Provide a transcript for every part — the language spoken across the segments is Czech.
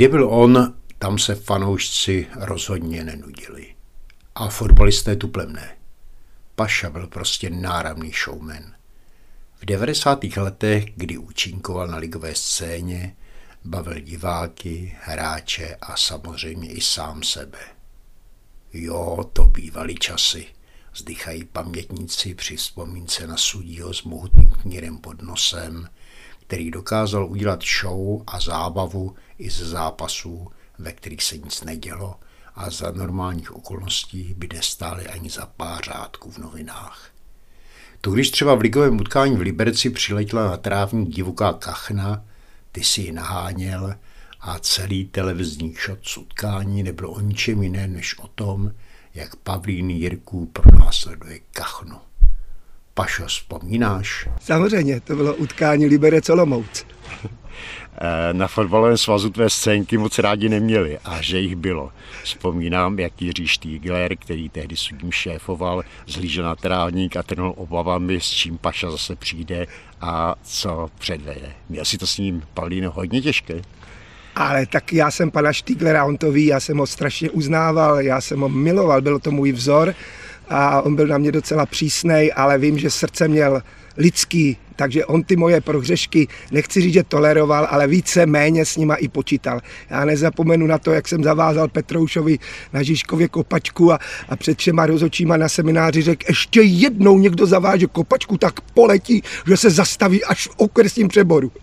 Kde byl on, tam se fanoušci rozhodně nenudili. A fotbalisté tuplem ne. Paša byl prostě náramný showman. V 90. letech, kdy účinkoval na ligové scéně, bavil diváky, hráče a samozřejmě i sám sebe. Jo, to bývaly časy, vzdychají pamětníci při vzpomínce na sudího s mohutným knírem pod nosem, který dokázal udělat show a zábavu i ze zápasů, ve kterých se nic nedělo a za normálních okolností by nestály ani za pár řádků v novinách. To když třeba v ligovém utkání v Liberci přiletěla na trávník divoká kachna, ty si ji naháněl a celý televizní šot z utkání nebyl o ničem jiném než o tom, jak Pavlín Jirků pronásleduje kachnu. Pašo, vzpomínáš? Samozřejmě, to bylo utkání Liberec Olomouc. Na fotbalovém svazu tvé scénky moc rádi neměli a že jich bylo. Vzpomínám, jak Jiří Štýgler, který tehdy sudím šéfoval, zhlížel na trávník a trnul obavami, s čím Paša zase přijde a co předvede. Měl si to s ním, Pavlíno, hodně těžké? Ale tak já jsem pana Štýglera, on to ví, já jsem ho strašně uznával, já jsem ho miloval, byl to můj vzor a on byl na mě docela přísnej, ale vím, že srdce měl lidský, takže on ty moje prohřešky, nechci říct, že toleroval, ale více méně s nima i počítal. Já nezapomenu na to, jak jsem zavázal Petroušovi na Žižkově kopačku a před 3 rozhodčíma na semináři řekl, ještě jednou někdo zaváže kopačku, tak poletí, že se zastaví až v okresním přeboru.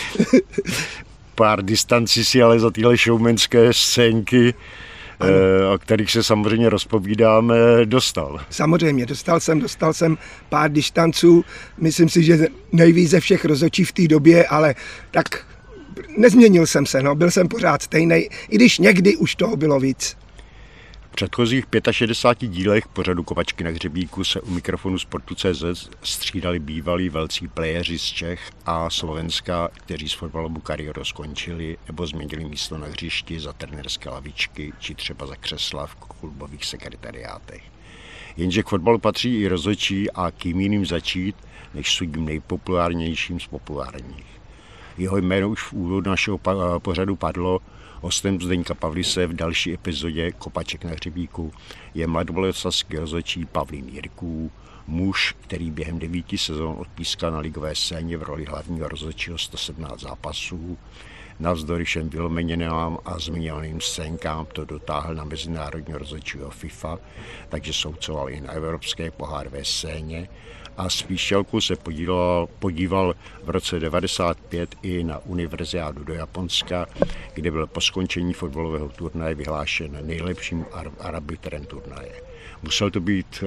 Pár distancí si ale za tyhle showmanské scénky, o kterých se samozřejmě rozpovídáme, dostal. Samozřejmě, dostal jsem pár distanců, myslím si, že nejvíc ze všech rozhodčí v té době, ale tak nezměnil jsem se, byl jsem pořád stejnej, i když někdy už toho bylo víc. V předchozích 65 dílech pořadu Kopačky na hřebíku se u mikrofonu Sportu.cz střídali bývalí velcí playeři z Čech a Slovenska, kteří s fotbalovou kariérou skončili nebo změnili místo na hřišti za trenérské lavičky či třeba za křesla v klubových sekretariátech. Jenže k fotbalu patří i rozhodčí a kým jiným začít, než sudím nejpopulárnějším z populárních. Jeho jméno už v úvodu našeho pořadu padlo. Hostem Zdeňka Pavlise v další epizodě Kopaček na hřebíku je mladoboleslavský rozhodčí Pavlín Jirků, muž, který během 9 sezon odpískal na ligové scéně v roli hlavního rozhodčího 117 zápasů. Navzdory všem vylomeněným a zmíněným scénkám to dotáhl na mezinárodního rozhodčího FIFA, takže soucoval i na evropské pohárové scéně a s píšťalkou se podíval v roce 1995 i na univerziádu do Japonska, kde byl po skončení fotbalového turnaje vyhlášen nejlepším arbitrem turnaje. Musel to být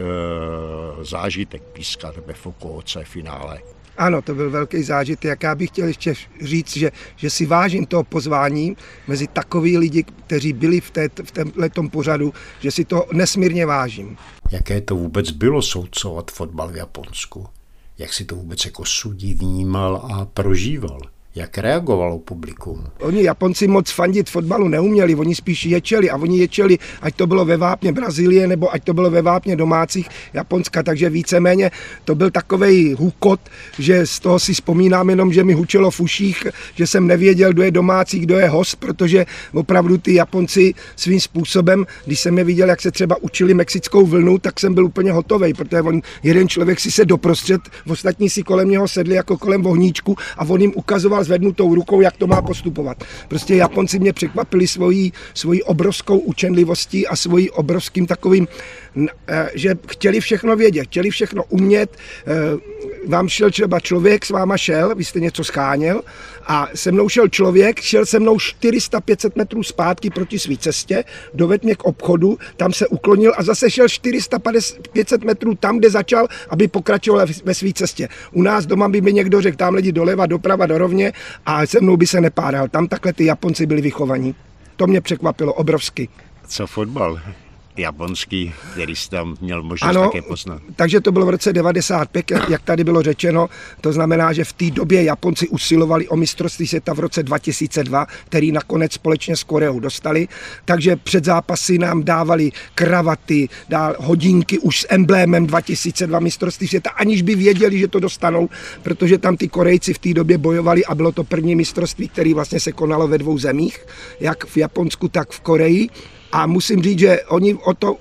zážitek pískat ve Fukuoce finále. Ano, to byl velký zážitek. Jak já bych chtěl ještě říct, že si vážím toho pozvání mezi takový lidi, kteří byli v tomto pořadu, že si to nesmírně vážím. Jaké to vůbec bylo soudcovat fotbal v Japonsku? Jak si to vůbec jako sudí vnímal a prožíval? Jak reagovalo publikum? Oni Japonci moc fandit fotbalu neuměli, oni spíš ječeli a oni ječeli, ať to bylo ve vápně Brazílie nebo ať to bylo ve vápně domácích Japonska, takže víceméně to byl takovej hukot, že z toho si vzpomínám jenom, že mi hučelo v uších, že jsem nevěděl, kdo je domácí, kdo je host, protože opravdu ty Japonci svým způsobem, když jsem je viděl, jak se třeba učili mexickou vlnu, tak jsem byl úplně hotovej, protože jeden člověk si se doprostřed, ostatní si kolem něho sedli jako kolem vohníčku a on jim ukazoval zvednutou rukou, jak to má postupovat. Prostě Japonci mě překvapili svojí obrovskou učenlivostí a svojí obrovským takovým, že chtěli všechno vědět, chtěli všechno umět. Vám šel třeba člověk, s váma šel, vy jste něco scháněl a se mnou šel člověk, šel se mnou 400-500 metrů zpátky proti své cestě, dovedl mě k obchodu, tam se uklonil a zase šel 400-500 metrů tam, kde začal, aby pokračoval ve své cestě. U nás doma by mi někdo řekl, tam lidi doleva, doprava, dorovně a se mnou by se nepáral. Tam takhle ty Japonci byli vychovaní. To mě překvapilo obrovsky. Co fotbal? japonský, který jsi tam měl možnost také poznat. Takže to bylo v roce 95, jak tady bylo řečeno. To znamená, že v té době Japonci usilovali o mistrovství světa v roce 2002, který nakonec společně s Koreou dostali. Takže před zápasy nám dávali kravaty, hodinky už s emblémem 2002 mistrovství světa, aniž by věděli, že to dostanou, protože tam ty Korejci v té době bojovali a bylo to první mistrovství, které vlastně se konalo ve 2 zemích, jak v Japonsku, tak v Koreji. A musím říct, že oni o to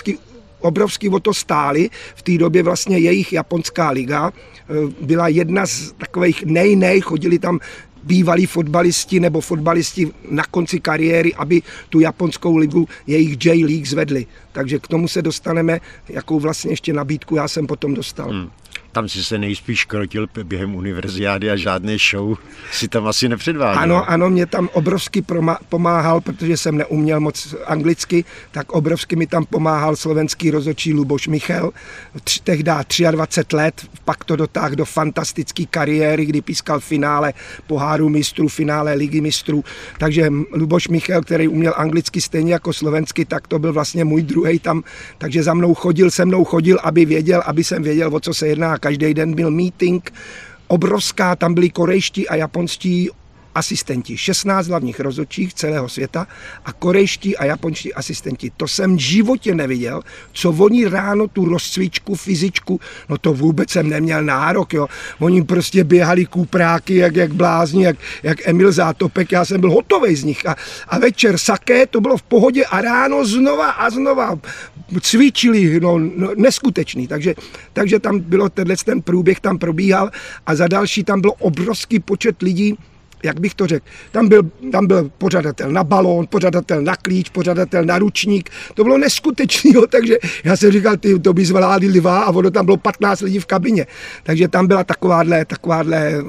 obrovský o to stáli. V té době vlastně jejich japonská liga byla jedna z takových chodili tam bývalí fotbalisti nebo fotbalisti na konci kariéry, aby tu japonskou ligu jejich J-League zvedli. Takže k tomu se dostaneme, jakou vlastně ještě nabídku já jsem potom dostal. Tam si se nejspíš krotil během univerziády a žádné show si tam asi nepředváděl. Ano, mě tam obrovsky pomáhal, protože jsem neuměl moc anglicky, tak obrovsky mi tam pomáhal slovenský rozhodčí Luboš Michal. Tehdy 23 let, pak to dotáhl do fantastické kariéry, kdy pískal finále poháru mistrů, finále ligy mistrů. Takže Luboš Michal, který uměl anglicky stejně jako slovensky, tak to byl vlastně můj druhý tam. Takže se mnou chodil, aby jsem věděl, o co se jedná. Každý den byl meeting, obrovská, tam byli korejští a japonští asistenti, 16 hlavních rozhodčích celého světa a korejští a japonští asistenti. To jsem v životě neviděl, co oni ráno tu rozcvičku, fyzičku, no to vůbec jsem neměl nárok, jo. Oni prostě běhali kůpráky, jak blázni, jak Emil Zátopek, já jsem byl hotovej z nich a večer saké, to bylo v pohodě a ráno znova cvičili, no neskutečný, takže tam bylo ten průběh tam probíhal a za další tam byl obrovský počet lidí, jak bych to řekl, tam byl pořadatel na balón, pořadatel na klíč, pořadatel na ručník, to bylo neskutečný, takže já jsem říkal, to by zvládli 2 a ono tam bylo 15 lidí v kabině, takže tam byla takováhle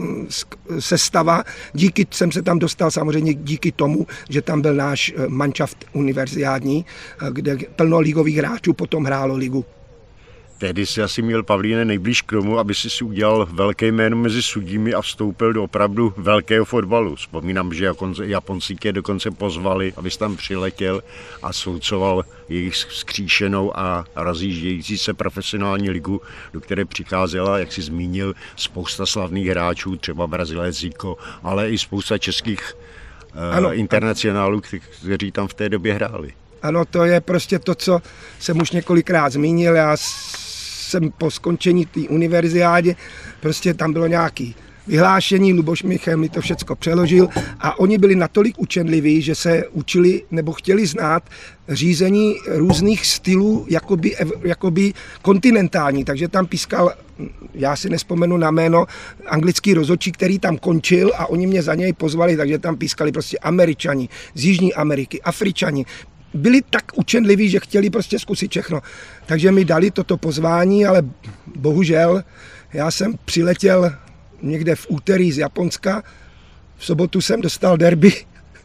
sestava, jsem se tam dostal samozřejmě díky tomu, že tam byl náš manšaft univerziádní, kde plno ligových hráčů potom hrálo ligu. Tehdy si asi měl, Pavlíne, nejblíž k tomu, aby si udělal velké jméno mezi sudími a vstoupil do opravdu velkého fotbalu. Vzpomínám, že Japonci tě dokonce pozvali, abys tam přiletěl a soucoval jejich vzkříšenou a rozjíždějící se profesionální ligu, do které přicházela, jak si zmínil, spousta slavných hráčů, třeba Brazilec Zico, ale i spousta českých internacionálů, kteří tam v té době hráli. Ano, to je prostě to, co jsem už několikrát zmínil. Já jsem po skončení té univerziádě, prostě tam bylo nějaké vyhlášení, Luboš Michal mi to všecko přeložil a oni byli natolik učenliví, že se učili nebo chtěli znát řízení různých stylů, jakoby kontinentální, takže tam pískal, já si nespomenu na jméno, anglický rozhodčí, který tam končil a oni mě za něj pozvali, takže tam pískali prostě Američani, z Jižní Ameriky, Afričani. Byli tak učenliví, že chtěli prostě zkusit všechno. Takže mi dali toto pozvání, ale bohužel já jsem přiletěl někde v úterý z Japonska, v sobotu jsem dostal derby,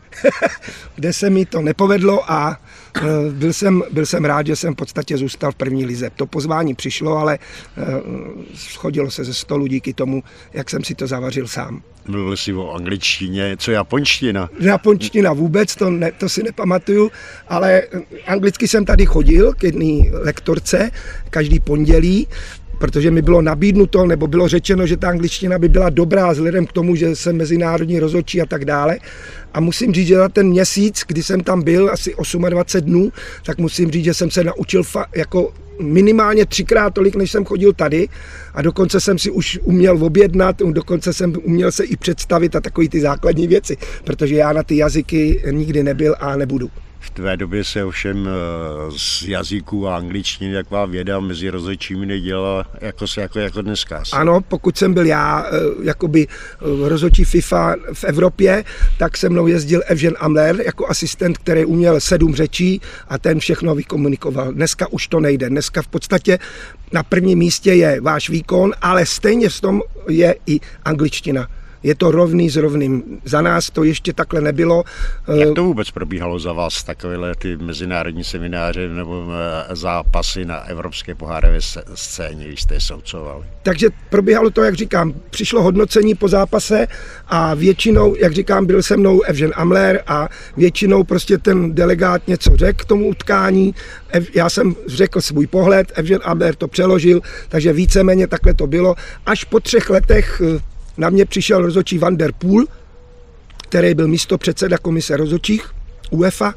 kde se mi to nepovedlo a byl jsem rád, že jsem v podstatě zůstal v první lize. To pozvání přišlo, ale schodilo se ze stolu díky tomu, jak jsem si to zavařil sám. Mluvil jsi o angličtině, co japonština? Japonština vůbec, to si nepamatuju, ale anglicky jsem tady chodil k jedné lektorce každý pondělí, protože mi bylo nabídnuto, nebo bylo řečeno, že ta angličtina by byla dobrá vzhledem k tomu, že jsem mezinárodní rozhodčí a tak dále. A musím říct, že za ten měsíc, kdy jsem tam byl, asi 28 dnů, tak musím říct, že jsem se naučil jako minimálně 3krát tolik, než jsem chodil tady a dokonce jsem si už uměl objednat, dokonce jsem uměl se i představit a takový ty základní věci, protože já na ty jazyky nikdy nebyl a nebudu. V tvé době se ovšem z jazyků a angličtiny taková věda mezi rozhodčími nedělala jako dneska. Ano, pokud jsem byl já jakoby rozhodčí FIFA v Evropě, tak se mnou jezdil Evžen Amler jako asistent, který uměl 7 řečí a ten všechno vykomunikoval. Dneska už to nejde. Dneska v podstatě na prvním místě je váš výkon, ale stejně v tom je i angličtina. Je to rovný s rovným. Za nás to ještě takhle nebylo. Jak to vůbec probíhalo za vás, takovéhle ty mezinárodní semináře nebo zápasy na evropské pohárové scéně, když jste je soucovali? Takže probíhalo to, jak říkám, přišlo hodnocení po zápase a většinou, jak říkám, byl se mnou Evžen Amler a většinou prostě ten delegát něco řekl k tomu utkání. Já jsem řekl svůj pohled, Evžen Amler to přeložil, takže víceméně takhle to bylo. Až po 3 letech na mě přišel rozhodčí Van der Poel, který byl místopředseda komise rozhodčích UEFA.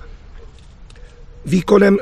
Výkonem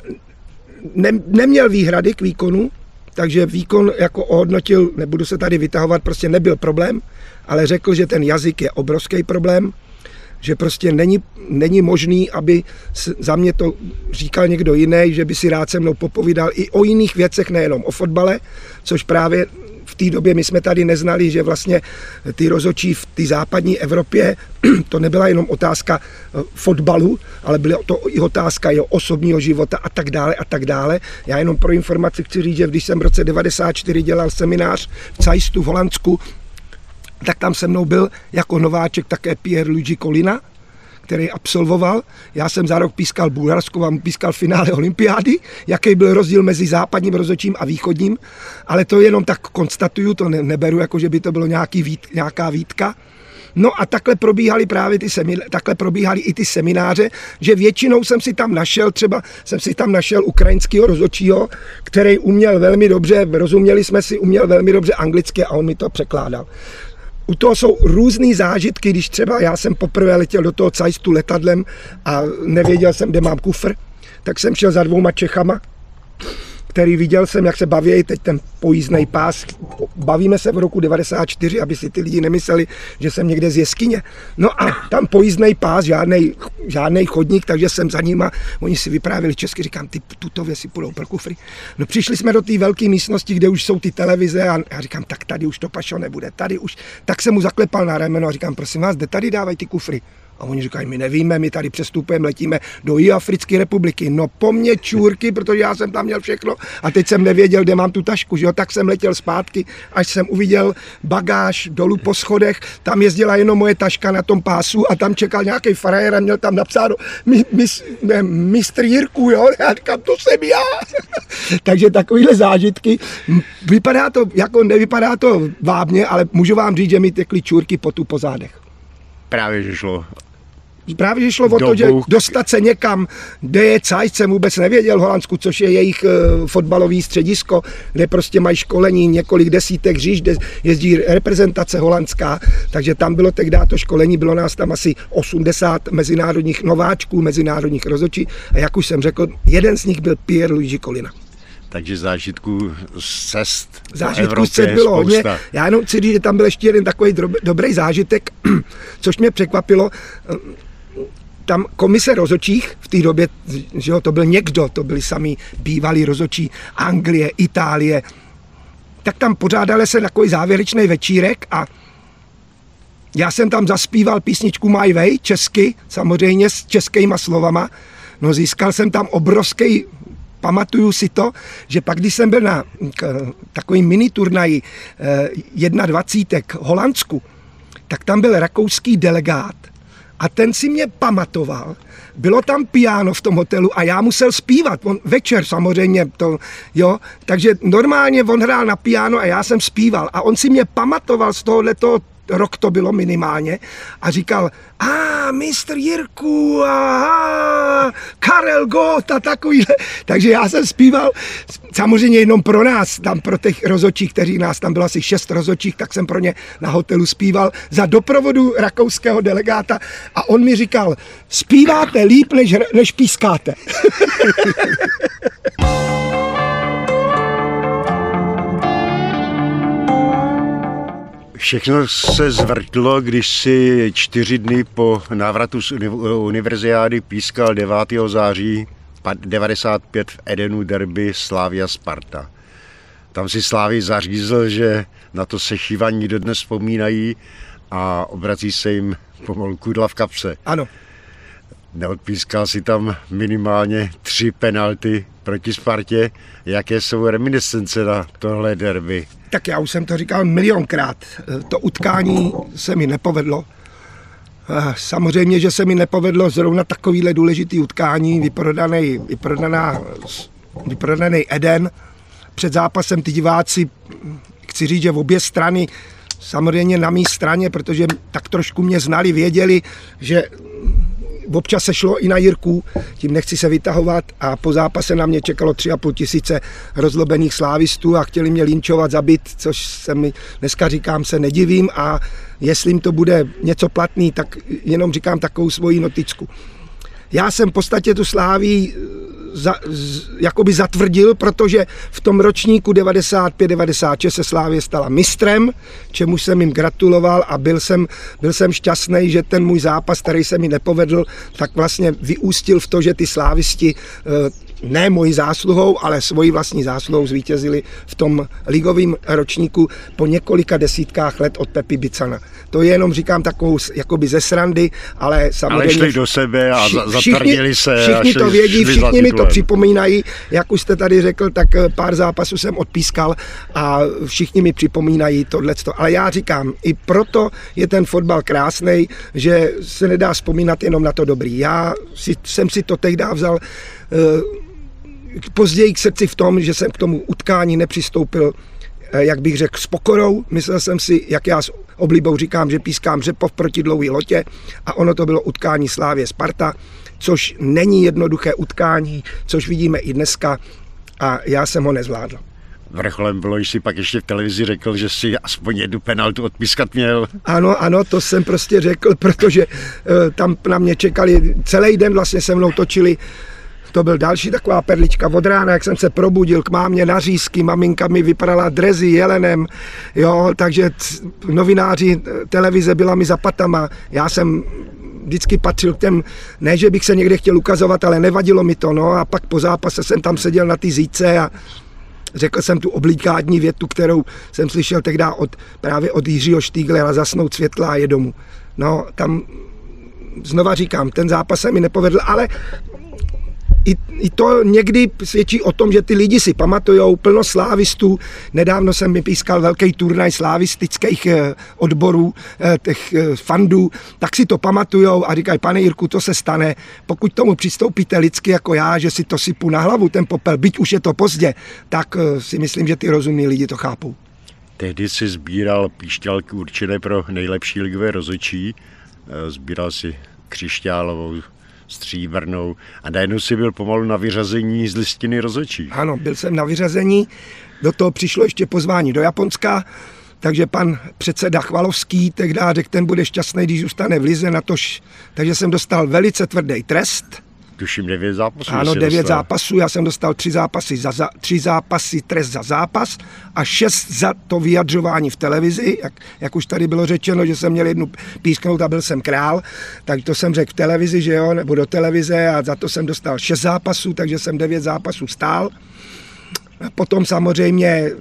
neměl výhrady k výkonu, takže výkon jako ohodnotil, nebudu se tady vytahovat, prostě nebyl problém, ale řekl, že ten jazyk je obrovský problém, že prostě není možný, aby za mě to říkal někdo jiný, že by si rád se mnou popovídal i o jiných věcech, nejenom o fotbale, což právě v té době my jsme tady neznali, že vlastně ty rozhodčí v té západní Evropě, to nebyla jenom otázka fotbalu, ale byla to i otázka jeho osobního života a tak dále a tak dále. Já jenom pro informaci chci říct, že když jsem v roce 1994 dělal seminář v Zeistu v Holandsku, tak tam se mnou byl jako nováček také Pierluigi Collina, který absolvoval. Já jsem za rok pískal Bulharsko, vám pískal finále olympiády, jaký byl rozdíl mezi západním rozhodčím a východním, ale to jenom tak konstatuju, to neberu, jako že by to bylo nějaká výtka. No a takhle probíhaly právě takhle probíhaly i ty semináře, že většinou jsem si tam našel ukrajinského rozhodčího, který uměl velmi dobře, rozuměli jsme si, uměl velmi dobře anglicky a on mi to překládal. U toho jsou různý zážitky, když třeba já jsem poprvé letěl do toho Zeistu letadlem a nevěděl jsem, kde mám kufr, tak jsem šel za 2 Čechama, který viděl jsem, jak se baví teď ten pojízdný pás. Bavíme se v roku 1994, aby si ty lidi nemysleli, že jsem někde z jeskyně. No a tam pojízdný pás, žádnej chodník, takže jsem za nima, oni si vyprávěli česky, říkám, ty tutově si půjdou pro kufry. No přišli jsme do té velké místnosti, kde už jsou ty televize a já říkám, tak tady už to pašo nebude, tady už. Tak jsem mu zaklepal na rameno a říkám, prosím vás, kde tady dávají ty kufry? A oni říkají, my nevíme, my tady přestupujeme, letíme do Jihoafrické republiky. No po mně čůrky, protože já jsem tam měl všechno a teď jsem nevěděl, kde mám tu tašku, že jo? Tak jsem letěl zpátky, až jsem uviděl bagáž dolů po schodech, tam jezdila jenom moje taška na tom pásu a tam čekal nějaký frajer a měl tam napsáno mistr Jirku, jo? Já říkám, to jsem já. Takže takovýhle zážitky, vypadá to, jako nevypadá to vábně, ale můžu vám říct, že mi tekly čůrky po zádech. Právě, že šlo o to, že dostat se někam, kde je Zeist, jsem vůbec nevěděl v Holandsku, což je jejich fotbalový středisko, kde prostě mají školení několik desítek říš, kde jezdí reprezentace holandská, takže tam bylo tehdy to školení, bylo nás tam asi 80 mezinárodních nováčků, mezinárodních rozhodčí a jak už jsem řekl, jeden z nich byl Pierluigi Collina. Takže zážitků z cest bylo hodně. Já jenom chci říct, že tam byl ještě jeden takový dobrý zážitek, což mě překvapilo. Tam komise rozhodčích v té době, že jo, to byl někdo, to byli sami bývalí rozhodčí Anglie, Itálie, tak tam pořádali se takový závěrečný večírek a já jsem tam zaspíval písničku My Way, česky, samozřejmě s českýma slovama. No získal jsem tam obrovský. Pamatuju si to, že pak, když jsem byl na takovým mini turnaji 21 v Holandsku, tak tam byl rakouský delegát a ten si mě pamatoval. Bylo tam piano v tom hotelu a já musel zpívat. On večer samozřejmě to, jo, takže normálně on hrál na piano a já jsem zpíval a on si mě pamatoval z tohoto rok to bylo minimálně a říkal, mistr Jirku, Karel Gott a takovýhle. Takže já jsem zpíval samozřejmě jenom pro nás, tam pro těch rozhodčích, kteří nás tam bylo asi 6 rozhodčích, tak jsem pro ně na hotelu zpíval za doprovodu rakouského delegáta a on mi říkal, zpíváte líp, než pískáte. Všechno se zvrtlo, když si 4 dny po návratu z univerziády pískal 9. září 95 v Edenu derby Slavia Sparta. Tam si Slavii zařízl, že na to sešívaní dodnes vzpomínají a obrací se jim pomalu kudla v kapse. Ano. Neodpískal si tam minimálně 3 penalty proti Spartě. Jaké jsou reminiscence na tohle derby? Tak já už jsem to říkal milionkrát. To utkání se mi nepovedlo. Samozřejmě, že se mi nepovedlo zrovna takovýhle důležitý utkání, vyprodaný Eden. Před zápasem ty diváci, chci říct, že v obě strany, samozřejmě na mé straně, protože tak trošku mě znali, věděli, že občas se šlo i na Jirku, tím nechci se vytahovat, a po zápase na mě čekalo 3,5 tisíce rozlobených slávistů a chtěli mě linčovat, zabít, což se mi dneska říkám, se nedivím, a jestli jim to bude něco platný, tak jenom říkám takovou svoji noticku. Já jsem v podstatě tu Slávii jakoby zatvrdil, protože v tom ročníku 95-96 se Slávie stala mistrem, čemu jsem jim gratuloval, a byl jsem šťastný, že ten můj zápas, který se mi nepovedl, tak vlastně vyústil v to, že ty slávisti ne mojí zásluhou, ale svojí vlastní zásluhou zvítězili v tom ligovém ročníku po několika desítkách let od Pepi Bicana. To je jenom, říkám, takovou jakoby ze srandy, ale samozřejmě... Ale šli do sebe a zatvrdili se. Všichni to vědí, všichni mi to připomínají. Jak už jste tady řekl, tak pár zápasů jsem odpískal a všichni mi připomínají tohleto. Ale já říkám, i proto je ten fotbal krásný, že se nedá vzpomínat jenom na to dobrý. Já jsem si to tehdy vzal později k srdci v tom, že jsem k tomu utkání nepřistoupil, jak bych řekl, s pokorou. Myslel jsem si, jak já s oblibou říkám, že pískám Řepov proti dlouhý lotě, a ono to bylo utkání Slávie Sparta, což není jednoduché utkání, což vidíme i dneska, a já jsem ho nezvládl. Vrcholem bylo, když si pak ještě v televizi řekl, že si aspoň jednu penaltu odpískat měl. Ano, to jsem prostě řekl, protože tam na mě čekali celý den, vlastně se mnou točili. To byl další taková perlička od rána, jak jsem se probudil k mámě na řízky, maminka mi vypadala drezy jelenem, jo, takže novináři, televize byla mi za patama. Já jsem vždycky patřil k těm, ne, že bych se někde chtěl ukazovat, ale nevadilo mi to, no, a pak po zápase jsem tam seděl na ty zíce a řekl jsem tu obligátní větu, kterou jsem slyšel tehdy právě od Jiřího Štíglera: zasnout světla a je domů. No, tam znova říkám, ten zápas se mi nepovedl, ale i to někdy svědčí o tom, že ty lidi si pamatujou, plno slávistů. Nedávno jsem mi pískal velký turnaj slávistických odborů, těch fandů, tak si to pamatujou a říkají: pane Jirku, to se stane, pokud tomu přistoupíte lidsky jako já, že si to sypu na hlavu, ten popel, byť už je to pozdě, tak si myslím, že ty rozumní lidi to chápou. Tehdy si sbíral píšťalky určené pro nejlepší ligové rozhodčí, sbíral si křišťálovou, stříbrnou, a najednou si byl pomalu na vyřazení z listiny rozhodčích. Ano, byl jsem na vyřazení, do toho přišlo ještě pozvání do Japonska, takže pan předseda Chvalovský tehdy řekl, ten bude šťastný, když zůstane v lize, takže jsem dostal velice tvrdý trest. Tuším 9 zápasů. Ano, 9 zápasů, já jsem dostal 3 zápasy trest za zápas a 6 za to vyjadřování v televizi, jak už tady bylo řečeno, že jsem měl jednu písknout a byl jsem král, tak to jsem řekl v televizi, že jo, nebo do televize, a za to jsem dostal 6 zápasů, takže jsem 9 zápasů stál. Potom samozřejmě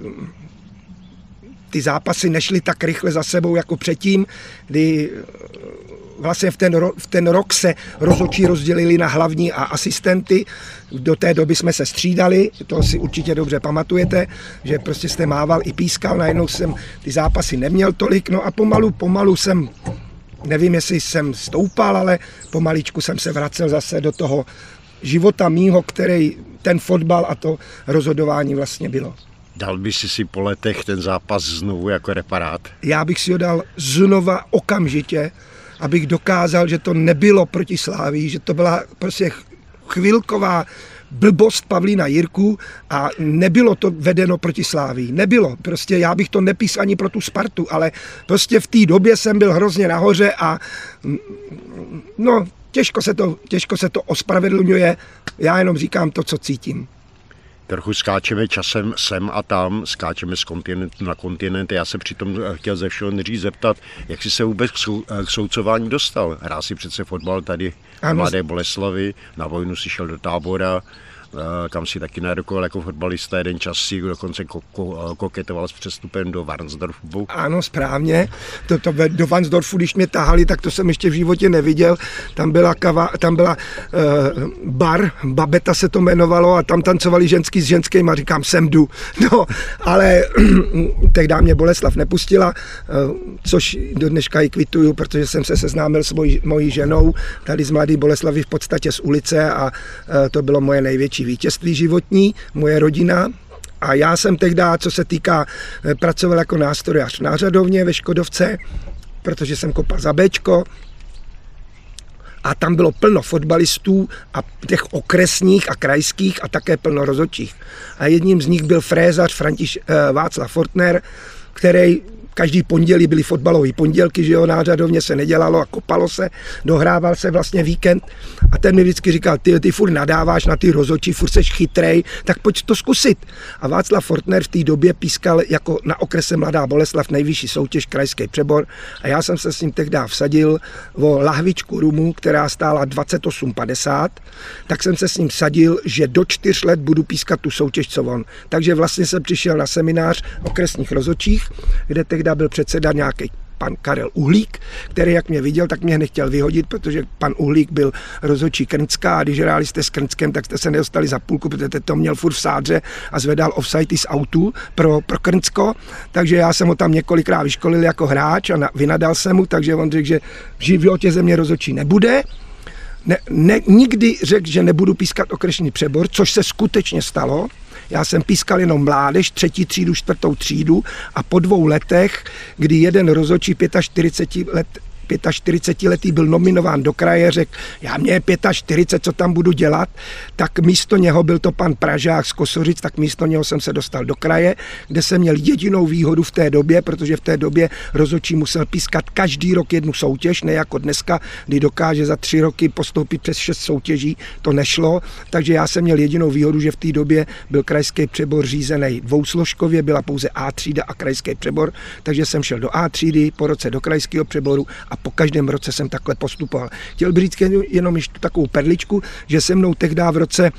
ty zápasy nešly tak rychle za sebou jako předtím, kdy vlastně v ten rok se rozhodčí rozdělili na hlavní a asistenty. Do té doby jsme se střídali, to si určitě dobře pamatujete, že prostě jste mával i pískal, najednou jsem ty zápasy neměl tolik, no a pomalu jsem, nevím, jestli jsem stoupal, ale pomaličku jsem se vracel zase do toho života mýho, který ten fotbal a to rozhodování vlastně bylo. Dal by si po letech ten zápas znovu jako reparát? Já bych si ho dal znova okamžitě, abych dokázal, že to nebylo proti Slávii, že to byla prostě chvilková blbost Pavlína Jirku a nebylo to vedeno proti Slávii. Nebylo. Prostě já bych to nepísal ani pro tu Spartu, ale prostě v té době jsem byl hrozně nahoře a no, těžko se to ospravedlňuje. Já jenom říkám to, co cítím. Trochu skáčeme časem sem a tam, skáčeme z kontinentu na kontinent. Já se přitom chtěl ze všeho nejdřív zeptat, jak jsi se vůbec k soucování dostal. Hrál si přece fotbal tady v Mladé Boleslavi, na vojnu si šel do Tábora kam si taky narokoval jako fotbalista, jeden čas si dokonce koketoval s přestupem do Varnsdorfu. Ano, správně. Do Varnsdorfu, když mě tahali, tak to jsem ještě v životě neviděl. Tam byla bar, Babeta se to jmenovalo, a tam tancovali ženský s ženským a říkám, sem jdu. No, ale tehdy mě Boleslav nepustila, což do dneška i kvituju, protože jsem se seznámil s mojí ženou, tady z Mladé Boleslavy v podstatě z ulice, a to bylo moje největší vítězství životní, moje rodina. A já jsem tehdy, co se týká, pracoval jako nástrojař na řadovně ve Škodovce, protože jsem kopal za Bčko. A tam bylo plno fotbalistů a těch okresních a krajských a také plno rozhodčích. A jedním z nich byl frézař Václav Fortner, který každý pondělí byly fotbalové pondělky, že jo, na řadovně se nedělalo a kopalo se, dohrával se vlastně víkend, a ten mi vždycky říkal, ty furt nadáváš na ty rozhodčí, furt seš chytrej, tak pojď to zkusit. A Václav Fortner v té době pískal jako na okrese Mladá Boleslav nejvyšší soutěž krajský přebor, a já jsem se s ním tehdy vsadil o lahvičku rumu, která stála 28,50, tak jsem se s ním vsadil, že do 4 let budu pískat tu soutěž, co on. Takže vlastně jsem přišel na seminář okresních rozhodčích, kde tehdy byl předseda nějaký pan Karel Uhlík, který jak mě viděl, tak mě nechtěl vyhodit, protože pan Uhlík byl rozhodčí Krnská, a když hráli jste s Krnskem, tak jste se nedostali za půlku, protože to měl furt v sádře a zvedal offside z autu pro Krnsko, takže já jsem ho tam několikrát vyškolil jako hráč a vynadal jsem mu, takže on řekl, že v životě ze mě rozhodčí nebude. Nikdy řekl, že nebudu pískat okresní přebor, což se skutečně stalo. Já jsem pískal jenom mládež, 3. třídu, 4. třídu, a po 2 letech, kdy jeden rozhodčí 45letý byl nominován do kraje, řekl, mě je 45, co tam budu dělat, tak místo něho byl to pan Pražák z Kosořic, tak místo něho jsem se dostal do kraje, kde jsem měl jedinou výhodu v té době, protože v té době rozhodčí musel pískat každý rok jednu soutěž, ne jako dneska, kdy dokáže za 3 roky postoupit přes 6 soutěží, to nešlo, takže já jsem měl jedinou výhodu, že v té době byl krajský přebor řízený dvousložkově, byla pouze A třída a krajský přebor, takže jsem šel do A třídy, po roce do krajského přeboru a po každém roce jsem takhle postupoval. Chtěl bych říct jenom ještě takovou perličku, že se mnou tehdy v roce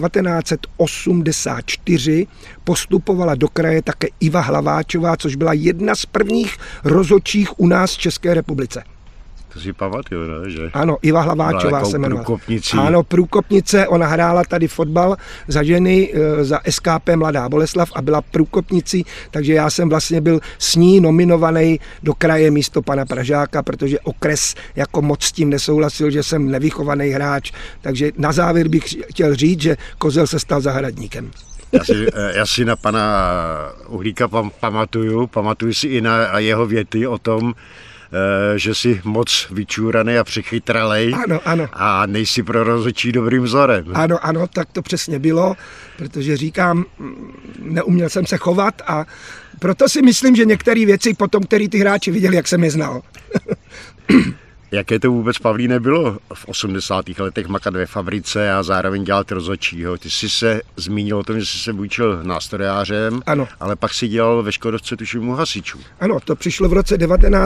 1984 postupovala do kraje také Iva Hlaváčová, což byla jedna z prvních rozhodčích u nás v České republice. To si pamatuju, ne? Že? Ano, Iva Hlaváčová se jmenovala. Průkopnicí. Ano, průkopnice, ona hrála tady fotbal za ženy, za SKP Mladá Boleslav a byla průkopnicí, takže já jsem vlastně byl s ní nominovaný do kraje místo pana Pražáka, protože okres jako moc s tím nesouhlasil, že jsem nevychovaný hráč, takže na závěr bych chtěl říct, že Kozel se stal zahradníkem. Já si na pana Uhlíka pamatuju si i na jeho věty o tom, že jsi moc vyčúraný a přechytralej. Ano. A nejsi pro rozhodčí dobrým vzorem. Ano, tak to přesně bylo, protože říkám, neuměl jsem se chovat, a proto si myslím, že některé věci potom, který ty hráči viděli, jak jsem je znal. Jaké to vůbec, Pavlíne, bylo v 80. letech makat ve fabrice a zároveň dělat rozhodčího? Ty jsi se zmínil o tom, že jsi se vyučil nástrojářem, ano. Ale pak si dělal ve Škodovce, tuším, u hasičů. Ano, to přišlo v roce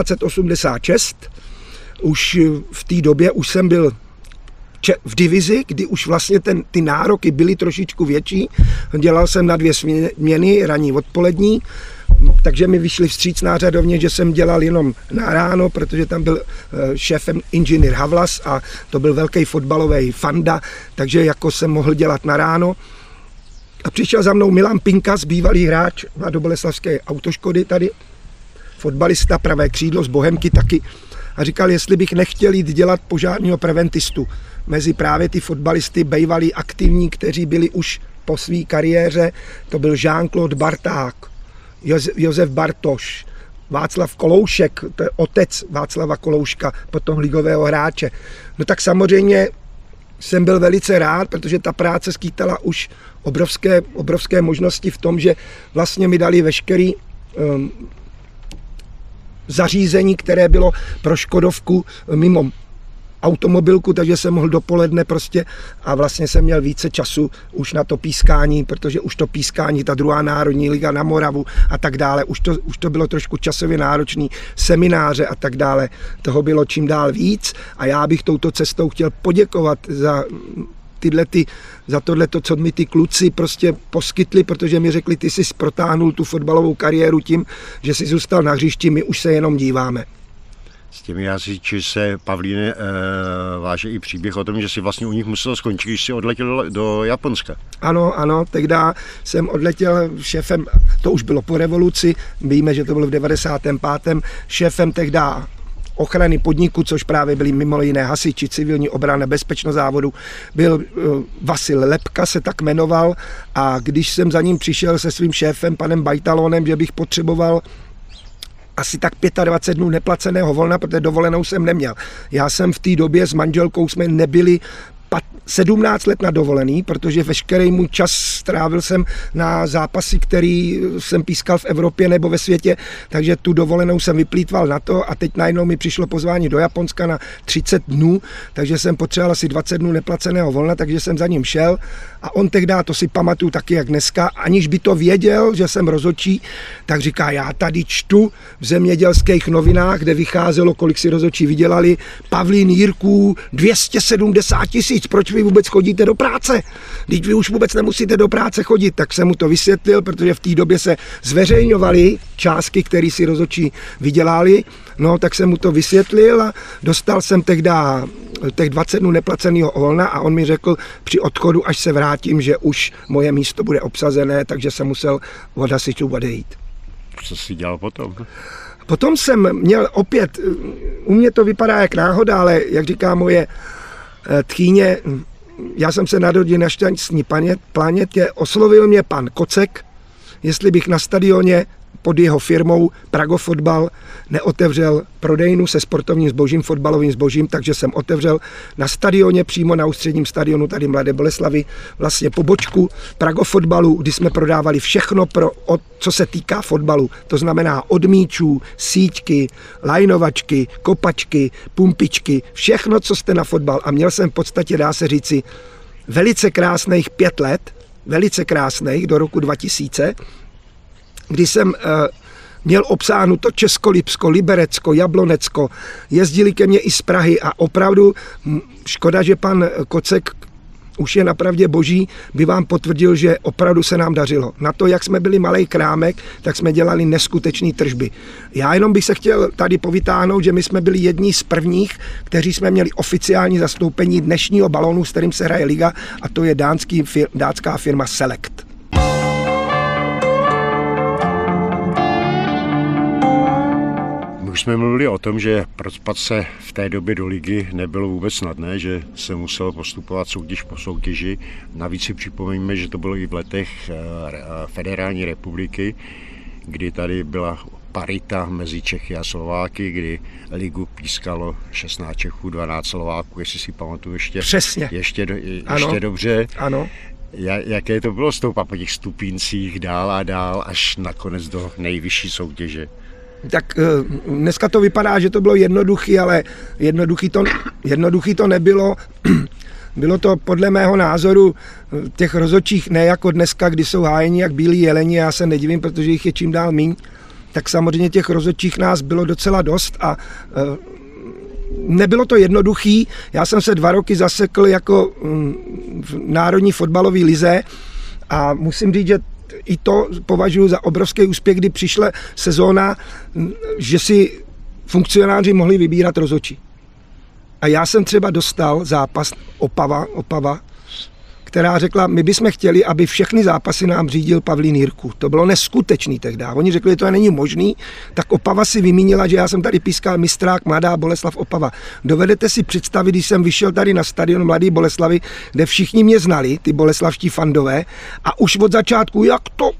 1986. Už v té době už jsem byl v divizi, kdy už vlastně ty nároky byly trošičku větší. Dělal jsem na 2 směny, ranní, odpolední, takže mi vyšli vstříc na řadovně, že jsem dělal jenom na ráno, protože tam byl šéfem inženýr Havlas a to byl velký fotbalový fanda, takže jako jsem mohl dělat na ráno. A přišel za mnou Milan Pinkas, bývalý hráč mladoboleslavské autoškody tady, fotbalista, pravé křídlo z Bohemky taky, a říkal, jestli bych nechtěl jít dělat požárního preventistu mezi právě ty fotbalisty bývalí aktivní, kteří byli už po své kariéře. To byl Jean-Claude Barták, Josef Bartoš, Václav Koloušek, to je otec Václava Kolouška, potom ligového hráče. No tak samozřejmě jsem byl velice rád, protože ta práce skýtala už obrovské možnosti v tom, že vlastně mi dali veškerý zařízení, které bylo pro Škodovku mimo automobilku, takže jsem mohl dopoledne prostě a vlastně jsem měl více času už na to pískání, protože už to pískání, ta druhá národní liga na Moravu a tak dále, už to bylo trošku časově náročný, semináře a tak dále, toho bylo čím dál víc a já bych touto cestou chtěl poděkovat za za tohleto, co mi ty kluci prostě poskytli, protože mi řekli, ty jsi protáhnul tu fotbalovou kariéru tím, že jsi zůstal na hřišti, my už se jenom díváme. S těmi hasiči se, Pavlíne, váže i příběh o tom, že si vlastně u nich musel skončit, když si odletěl do Japonska. Ano, tehdy jsem odletěl šéfem, to už bylo po revoluci, víme, že to bylo v 95. šéfem tehdy ochrany podniku, což právě byli mimo jiné hasiči, civilní obrana, bezpečnost závodu, byl Vasil Lepka, se tak jmenoval, a když jsem za ním přišel se svým šéfem, panem Bajtalonem, že bych potřeboval asi tak 25 dnů neplaceného volna, protože dovolenou jsem neměl. Já jsem v té době s manželkou jsme nebyli 17 let na dovolený, protože veškerý můj čas strávil jsem na zápasy, který jsem pískal v Evropě nebo ve světě, takže tu dovolenou jsem vyplýtval na to a teď najednou mi přišlo pozvání do Japonska na 30 dnů, takže jsem potřeboval asi 20 dnů neplaceného volna, takže jsem za ním šel a on tehdy, to si pamatuju taky jak dneska, aniž by to věděl, že jsem rozhodčí, tak říká, já tady čtu v zemědělských novinách, kde vycházelo, kolik si rozhodčí vydělali, Pavlín Jirků 270 000, proč vy vůbec chodíte do práce? Když vy už vůbec nemusíte do práce chodit, tak jsem mu to vysvětlil, protože v té době se zveřejňovaly částky, které si rozhodčí vydělali, no tak jsem mu to vysvětlil a dostal jsem tehdy těch 20 dnů neplaceného volna a on mi řekl při odchodu, až se vrátím, že už moje místo bude obsazené, takže jsem musel od hasičů odejít. Co jsi dělal potom? Potom jsem měl opět, u mě to vypadá jak náhoda, ale jak říká moje tchýně, já jsem se narodil na šťastné planetě, oslovil mě pan Kocek, jestli bych na stadioně pod jeho firmou Pragofotbal neotevřel prodejnu se sportovním zbožím, fotbalovým zbožím, takže jsem otevřel na stadioně, přímo na ústředním stadionu tady Mladé Boleslavi, vlastně pobočku Pragofotbalu, kdy jsme prodávali všechno, co se týká fotbalu. To znamená od míčů, síťky, lajnovačky, kopačky, pumpičky, všechno, co jste na fotbal. A měl jsem v podstatě, dá se říci, velice krásných 5 let, velice krásných do roku 2000, kdy jsem měl obsáhnuto Česko, Lipsko, Liberecko, Jablonecko, jezdili ke mně i z Prahy a opravdu škoda, že pan Kocek už je napravdě boží, by vám potvrdil, že opravdu se nám dařilo. Na to, jak jsme byli malej krámek, tak jsme dělali neskutečné tržby. Já jenom bych se chtěl tady povytáhnout, že my jsme byli jedni z prvních, kteří jsme měli oficiální zastoupení dnešního balónu, s kterým se hraje liga, a to je dánská firma Select. Už jsme mluvili o tom, že procpat se v té době do ligy nebylo vůbec snadné, že se muselo postupovat soutěž po soutěži. Navíc si připomeňme, že to bylo i v letech Federální republiky, kdy tady byla parita mezi Čechy a Slováky, kdy ligu pískalo 16 Čechů, 12 Slováků, jestli si pamatuju ještě dobře. Ano. Jaké to bylo stoupat po těch stupíncích dál a dál až nakonec do nejvyšší soutěže? Tak dneska to vypadá, že to bylo jednoduchý, ale jednoduchý to nebylo. Bylo to podle mého názoru těch rozhodčích ne jako dneska, kdy jsou hájeni jak bílí jeleni, já se nedivím, protože jich je čím dál míň, tak samozřejmě těch rozhodčích nás bylo docela dost a nebylo to jednoduchý. Já jsem se 2 roky zasekl jako v Národní fotbalové lize a musím říct, že i to považuji za obrovský úspěch, kdy přišla sezóna, že si funkcionáři mohli vybírat rozhodčí. A já jsem třeba dostal zápas Opava, která řekla, my bychom chtěli, aby všechny zápasy nám řídil Pavlín Jirků. To bylo neskutečný tehdy. Oni řekli, že to není možný, tak Opava si vymínila, že já jsem tady pískal Mistrák, Mladá Boleslav, Opava. Dovedete si představit, když jsem vyšel tady na stadion Mladé Boleslavy, kde všichni mě znali, ty boleslavští fandové, a už od začátku, jak to...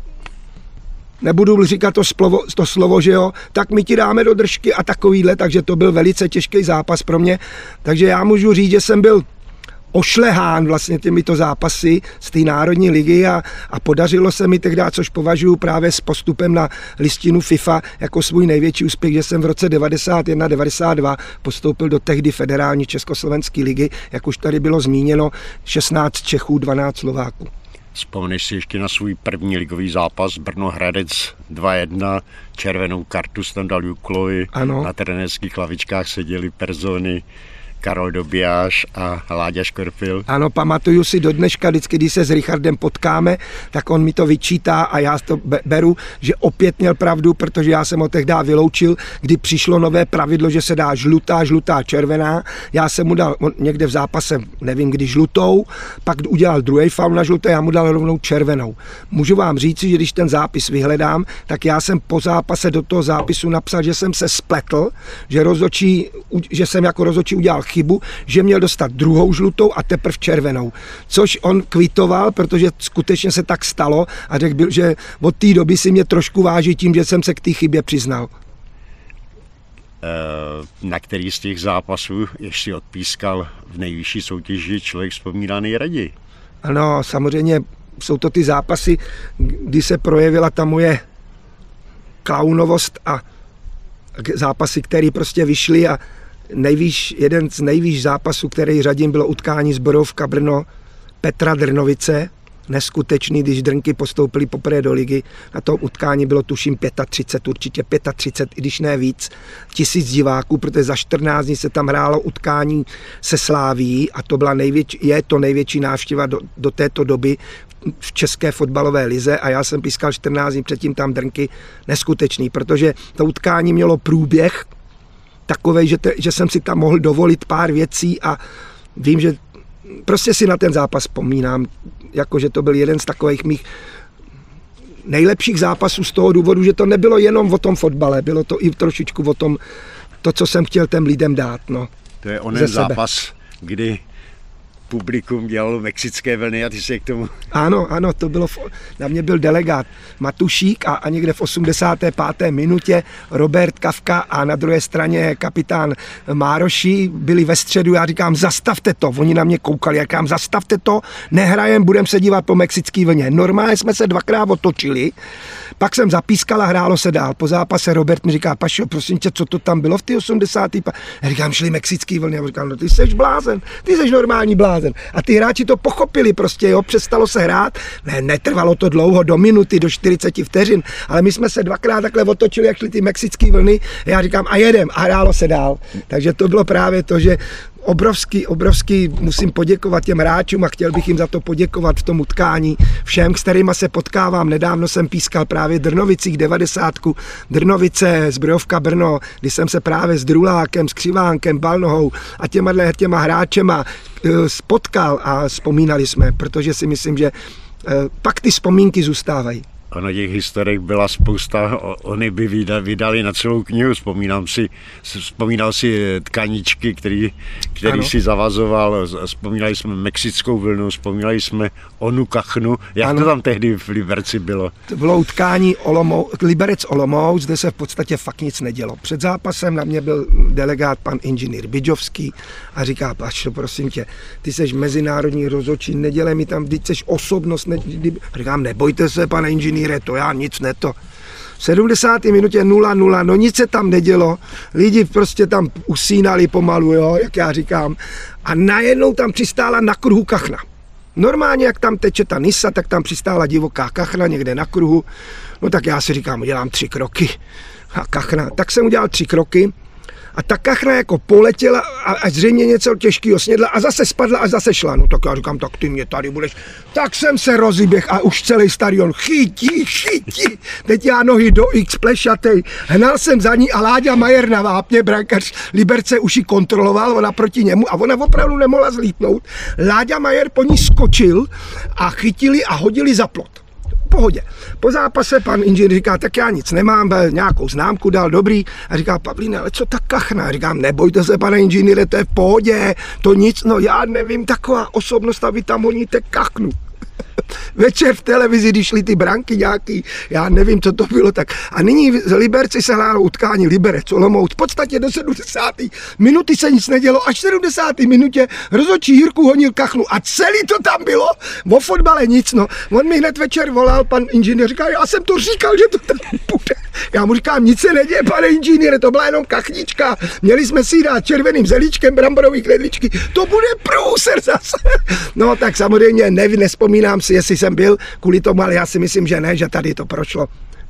Nebudu říkat to slovo, že jo, tak my ti dáme do držky a takovýhle, takže to byl velice těžký zápas pro mě. Takže já můžu říct, že jsem byl ošlehán vlastně těmito zápasy z té národní ligy a podařilo se mi tehdy, což považuji právě s postupem na listinu FIFA jako svůj největší úspěch, že jsem v roce 91-92 postoupil do tehdy federální československé ligy, jak už tady bylo zmíněno, 16 Čechů, 12 Slováků. Vzpomeneš si ještě na svůj první ligový zápas Brno Hradec 2-1, červenou kartu jsem tam dal Juklovi, na trenérských lavičkách seděli persony, Karol Dobijáš a Láďa Škorpil. Ano, pamatuju si do dneška, vždycky, když se s Richardem potkáme, tak on mi to vyčítá a já to beru, že opět měl pravdu, protože já jsem ho tehdy vyloučil, kdy přišlo nové pravidlo, že se dá žlutá, červená. Já jsem mu dal někde v zápase, nevím kdy, žlutou, pak udělal druhý faul na žluté, já mu dal rovnou červenou. Můžu vám říci, že když ten zápis vyhledám, tak já jsem po zápase do toho zápisu napsal, že jsem se spletl, že jsem jako rozhodčí udělal chybu, že měl dostat druhou žlutou a teprve červenou. Což on kvitoval, protože skutečně se tak stalo a řekl byl, že od té doby si mě trošku váží tím, že jsem se k té chybě přiznal. Na který z těch zápasů, jež si odpískal v nejvyšší soutěži, člověk vzpomíná nejraději? Ano, samozřejmě jsou to ty zápasy, kdy se projevila ta moje klaunovost a zápasy, které prostě vyšly a jeden z nejvíc zápasů, který řadím, bylo utkání Zbrojovka Brno Petra Drnovice. Neskutečný, když Drnky postoupili poprvé do ligy. Na tom utkání bylo tuším 35, i když ne víc, 1000 diváků, protože za 14 dní se tam hrálo utkání se Slávií a to byla je to největší návštěva do této doby v české fotbalové lize a já jsem pískal 14 dní předtím tam Drnky. Neskutečný, protože to utkání mělo průběh takovej, že jsem si tam mohl dovolit pár věcí a vím, že prostě si na ten zápas vzpomínám, jakože to byl jeden z takových mých nejlepších zápasů z toho důvodu, že to nebylo jenom o tom fotbale, bylo to i trošičku o tom, co jsem chtěl těm lidem dát. No, to je onen zápas, kdy publikum dělalo mexické vlny a ty se k tomu... Ano, to bylo, na mě byl delegát Matušík a někde v 85. minutě Robert Kafka a na druhé straně kapitán Mároší byli ve středu, já říkám, zastavte to, oni na mě koukali, já říkám, zastavte to, nehrajem, budeme se dívat po mexické vlně. Normálně jsme se dvakrát otočili, pak jsem zapískal a hrálo se dál. Po zápase Robert mi říká, Pašo, prosím tě, co to tam bylo v té 80. Já říkám, šli mexický vlny, já říkám, no ty seš blázen, ty seš normální blázen. A ty hráči to pochopili prostě, jo, přestalo se hrát, netrvalo to dlouho, do minuty, do 40 vteřin, ale my jsme se dvakrát takhle otočili, jak šli ty mexické vlny, já říkám a jedem a hrálo se dál. Takže to bylo právě to, že obrovský musím poděkovat těm hráčům a chtěl bych jim za to poděkovat v tom utkání všem, s kterýma se potkávám. Nedávno jsem pískal právě Drnovicích 90, Drnovice, Zbrojovka Brno, kdy jsem se právě s Drulákem, s Křivánkem, Balnohou a těma hráčema spotkal a vzpomínali jsme, protože si myslím, že pak ty vzpomínky zůstávají. Ono těch historek byla spousta, oni by vydali na celou knihu, vzpomínal si Tkaničky, který si zavazoval, vzpomínali jsme mexickou vlnu, vzpomínali jsme onu Kachnu, jak to tam tehdy v Liberci bylo? To bylo utkání Liberec Olomouc, kde se v podstatě fakt nic nedělo. Před zápasem na mě byl delegát pan inženýr Bidžovský a říká, Pašo, prosím tě, ty seš mezinárodní rozhodčí, nedělej mi tam, vždyť seš osobnost, říkám, nebojte se, pane inženýr, to já nic neto. V 70. minutě 0-0, no nic se tam nedělo, lidi prostě tam usínali pomalu, jo, jak já říkám, a najednou tam přistála na kruhu kachna. Normálně, jak tam teče ta Nisa, tak tam přistála divoká kachna někde na kruhu, no tak já si říkám, udělám 3 kroky a kachna, tak jsem udělal 3 kroky a ta kachna jako poletěla a zřejmě něco těžkého snědla a zase spadla a zase šla. No tak já říkám, tak ty mě tady budeš. Tak jsem se rozběh a už celý stadion chytí. Teď já nohy do X plešatej. Hnal jsem za ní a Láďa Majer na vápně, brankář Liberce už ji kontroloval, ona proti němu a ona opravdu nemohla zlítnout. Láďa Majer po ní skočil a chytili a hodili za plot. Pohodě. Po zápase pan inženýr říká, tak já nic nemám, nějakou známku dal, dobrý. A říká, Pavlíne, ale co ta kachna? A říkám, nebojte se, pane inženýre, to je v pohodě, to nic, no já nevím, taková osobnost a vy tam honíte kachnu. Večer v televizi, když šly ty branky nějaký, já nevím, co to bylo tak. A nyní z Liberci se hrálo utkání Liberec Olomouc. V podstatě do 70. minuty se nic nedělo, až v 70. minutě rozhodčí Jirku honil kachnu a celý to tam bylo. O fotbale nic, no. On mi hned večer volal, pan inženýr, říká, já jsem to říkal, že to tam bude. Já mu říkám, nic se neděje, pane inženýre, to byla jenom kachnička. Měli jsme si dát červeným zelíčkem bramborový knedličky. To bude průser zase. No tak samozřejmě nevzpomínám si, jestli jsem byl kvůli tomu, ale já si myslím, že ne, že tady to prošlo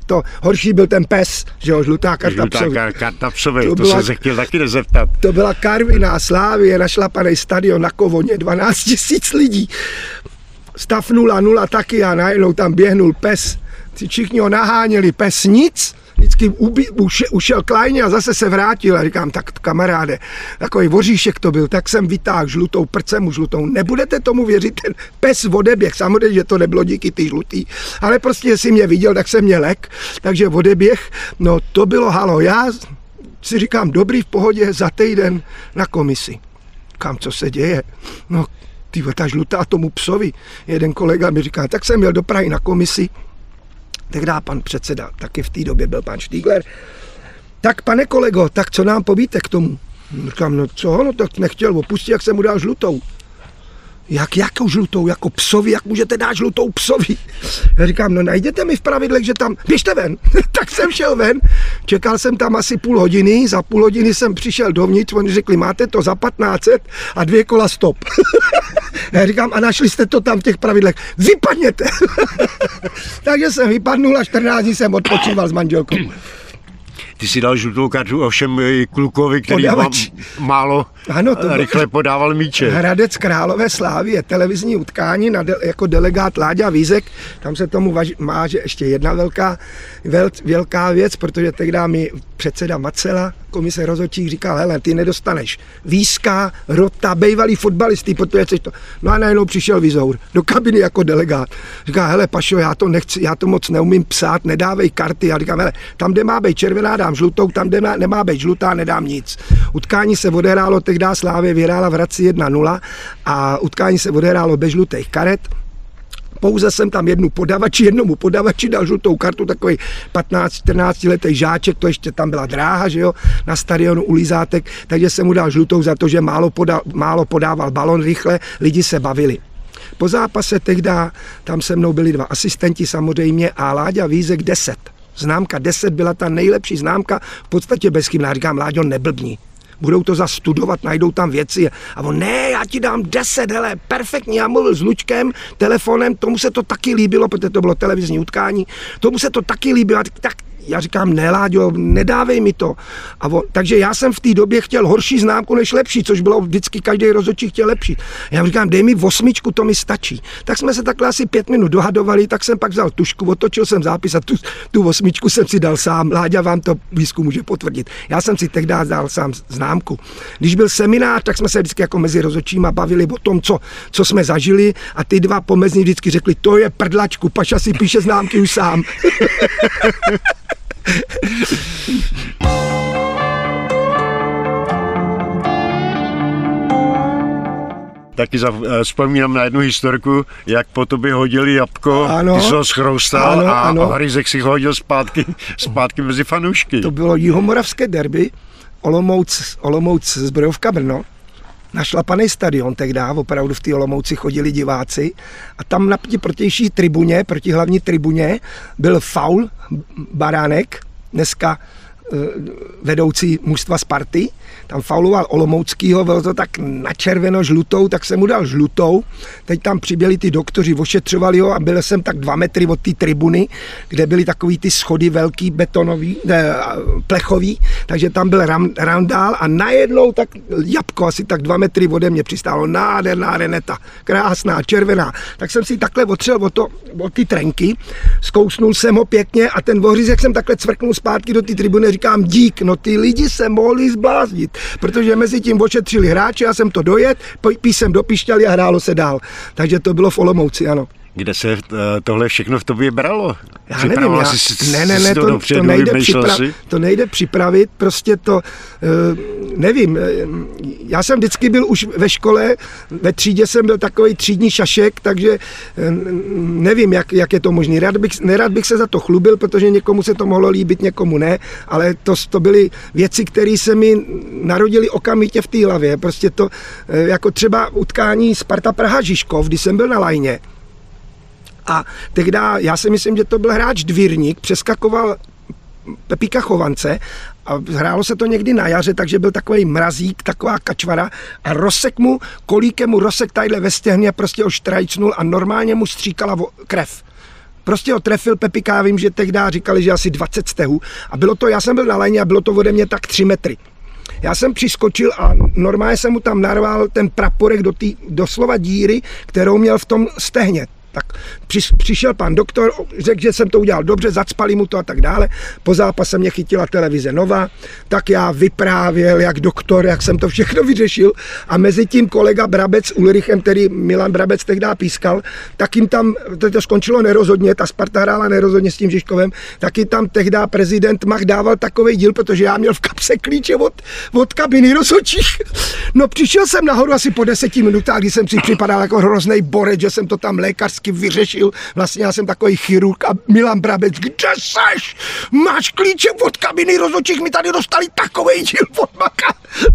to horší byl ten pes, že jo, žlutá karta psovi. Karta psovi, to jsem se chtěl taky nezeptat. To byla Karviná, Slávie, našlapaný stadion na Kovoně, 12 000 lidí. Stav 0-0 taky a najednou tam běhnul pes. Všichni ho naháněli, pes nic. Vždycky ušel klajně a zase se vrátil a říkám, tak kamaráde, takový voříšek to byl, tak jsem vytáhl žlutou, prcemu žlutou. Nebudete tomu věřit, ten pes odeběh, samozřejmě, že to nebylo díky ty žlutý, ale prostě, jestli mě viděl, tak jsem mě lek, takže odeběh, no to bylo halo. Já si říkám, dobrý, v pohodě, za týden na komisi. Kam, co se děje? No, ta žlutá tomu psovi. Jeden kolega mi říká, tak jsem jel do Prahy na komisi, tehdy pan předseda, taky v té době byl pan Štígler. Tak pane kolego, tak co nám povíte k tomu? Říkám, no co, no tak nechtěl opustit, jak jsem mu dal žlutou. Jakou žlutou? Jako psovi? Jak můžete dát žlutou psovi? Já říkám, no najděte mi v pravidlech, že tam, běžte ven. Tak jsem šel ven, čekal jsem tam asi půl hodiny, za půl hodiny jsem přišel dovnitř, oni řekli, máte to za 1500 a 2 kola stop. Já říkám, a našli jste to tam v těch pravidlech, vypadněte. Takže jsem vypadnul a 14 dní jsem odpočíval s manželkou. Ty si dal žlutou kartu ovšem klukovi, který vám málo rychle podával míče. Hradec Králové Slávie, televizní utkání jako delegát Láďa Vízek. Tam se tomu váže ještě jedna velká věc, protože tehdy mi předseda Macela, komise rozhodčích, říkal, hele, ty nedostaneš Vízka, Rota, bejvalý fotbalisty, protože chceš to. No a najednou přišel Vizour do kabiny jako delegát. Říká, hele Pašo, já to nechci, já to moc neumím psát, nedávej karty. Já říkám, hele, tam, kde má být červená, dám žlutou, tam, kde nemá být žlutá, nedám nic. Utkání se odehrálo, tehdy Slávě vyhrála v Hradci 1-0 a utkání se odehrálo bez žlutých karet. Pouze jsem tam jednomu podavači dal žlutou kartu, takový 15-14 letý žáček, to ještě tam byla dráha, že jo, na stadionu u Lízátek, takže jsem mu dal žlutou za to, že málo podával balon rychle, lidi se bavili. Po zápase tehdy tam se mnou byli 2 asistenti samozřejmě a Láďa Vízek 10. Známka 10 byla ta nejlepší známka, v podstatě bezchybná. Říkám, Láďo, neblbni. Budou to zastudovat, najdou tam věci. A on, ne, já ti dám 10, hele, perfektní. Já mluvil s Lučkem, telefonem, tomu se to taky líbilo, protože to bylo televizní utkání, tomu se to taky líbilo. Tak já říkám, ne, Láďo, nedávej mi to. Takže já jsem v té době chtěl horší známku než lepší, což bylo vždycky každý rozhodčí chtěl lepší. Já říkám, dej mi 8, to mi stačí. Tak jsme se takhle asi 5 minut dohadovali, tak jsem pak vzal tužku, otočil jsem zápis a tu 8 jsem si dal sám. Láďa vám to výzkum může potvrdit. Já jsem si tehdy dal sám známku. Když byl seminář, tak jsme se vždycky jako mezi rozhodčíma bavili o tom, co jsme zažili a ty 2 pomezní vždycky řekli, to je prdlačku, Paša si píše známky už sám. Taky vzpomínám na jednu historku, jak po tobě hodili jabko, ano, ty jsi ho schroustal a Hryzek si ho hodil zpátky mezi fanoušky. To bylo jihomoravské derby, Olomouc Zbrojovka Brno. Našlapaný stadion tehdy, opravdu v té Olomouci chodili diváci a tam na protější tribuně, proti hlavní tribuně byl faul Baránek, dneska vedoucí mužstva Sparty, tam fauloval Olomouckýho, bylo to tak na červeno žlutou, tak jsem mu dal žlutou, teď tam přiběli ty doktoři, ošetřovali ho a byl jsem tak 2 metry od té tribuny, kde byly takový ty schody velký, betonový, plechový, takže tam byl randál a najednou tak jabko asi tak 2 metry ode mě přistálo, nádherná reneta, krásná, červená, tak jsem si takhle otřel o ty trenky, zkousnul jsem ho pěkně a ten vohřízek jsem takhle cvrknul zpátky do té tribuny, říkám dík, no ty lidi se mohli zbláznit, protože mezi tím ošetřili hráče, já jsem to dojet, písem do pišťaly a hrálo se dál. Takže to bylo v Olomouci, ano. Kde se tohle všechno v tobě bralo? Já nevím, to nejde připravit, prostě to, nevím, já jsem vždycky byl už ve škole, ve třídě jsem byl takový třídní šašek, takže nevím, jak je to možné. Nerad bych se za to chlubil, protože někomu se to mohlo líbit, někomu ne, ale to byly věci, které se mi narodily okamžitě v té hlavě, prostě to, jako třeba utkání Sparta Praha Žižkov, když jsem byl na lajně, a tehdy, já si myslím, že to byl hráč Dvírník, přeskakoval Pepíka Chovance a hrálo se to někdy na jaře, takže byl takový mrazík, taková kačvara a kolíkem mu rozsek tadyhle ve stehně prostě ho štrajcnul a normálně mu stříkala krev. prostě ho trefil Pepika, já vím, že tehdy říkali, že asi 20 stehů a bylo to, já jsem byl na lajně a bylo to ode mě tak 3 metry. Já jsem přiskočil a normálně jsem mu tam narval ten praporek do té doslova díry, kterou měl v tom stehně. Tak přišel pan doktor, řekl, že jsem to udělal dobře, zacpali mu to a tak dále. Po zápase mě chytila televize Nova, tak já vyprávěl jak doktor, jak jsem to všechno vyřešil a mezi tím kolega Brabec s Ulrichem, který Milan Brabec tehdy pískal, tak jim tam, to skončilo nerozhodně, ta Sparta hrála nerozhodně s tím Žižkovem, taky tam tehdy prezident Mach dával takovej díl, protože já měl v kapse klíče od kabiny rozhodčích. No přišel jsem nahoru asi po 10 minutách, kdy jsem si připadal jako hroznej borec, že jsem to tam lékařsky vyřešil. Vlastně já jsem takový chirurg a Milan Brabec, kde seš? Máš klíče od kabiny rozhodčích, mi tady dostali takovej díl od Macha.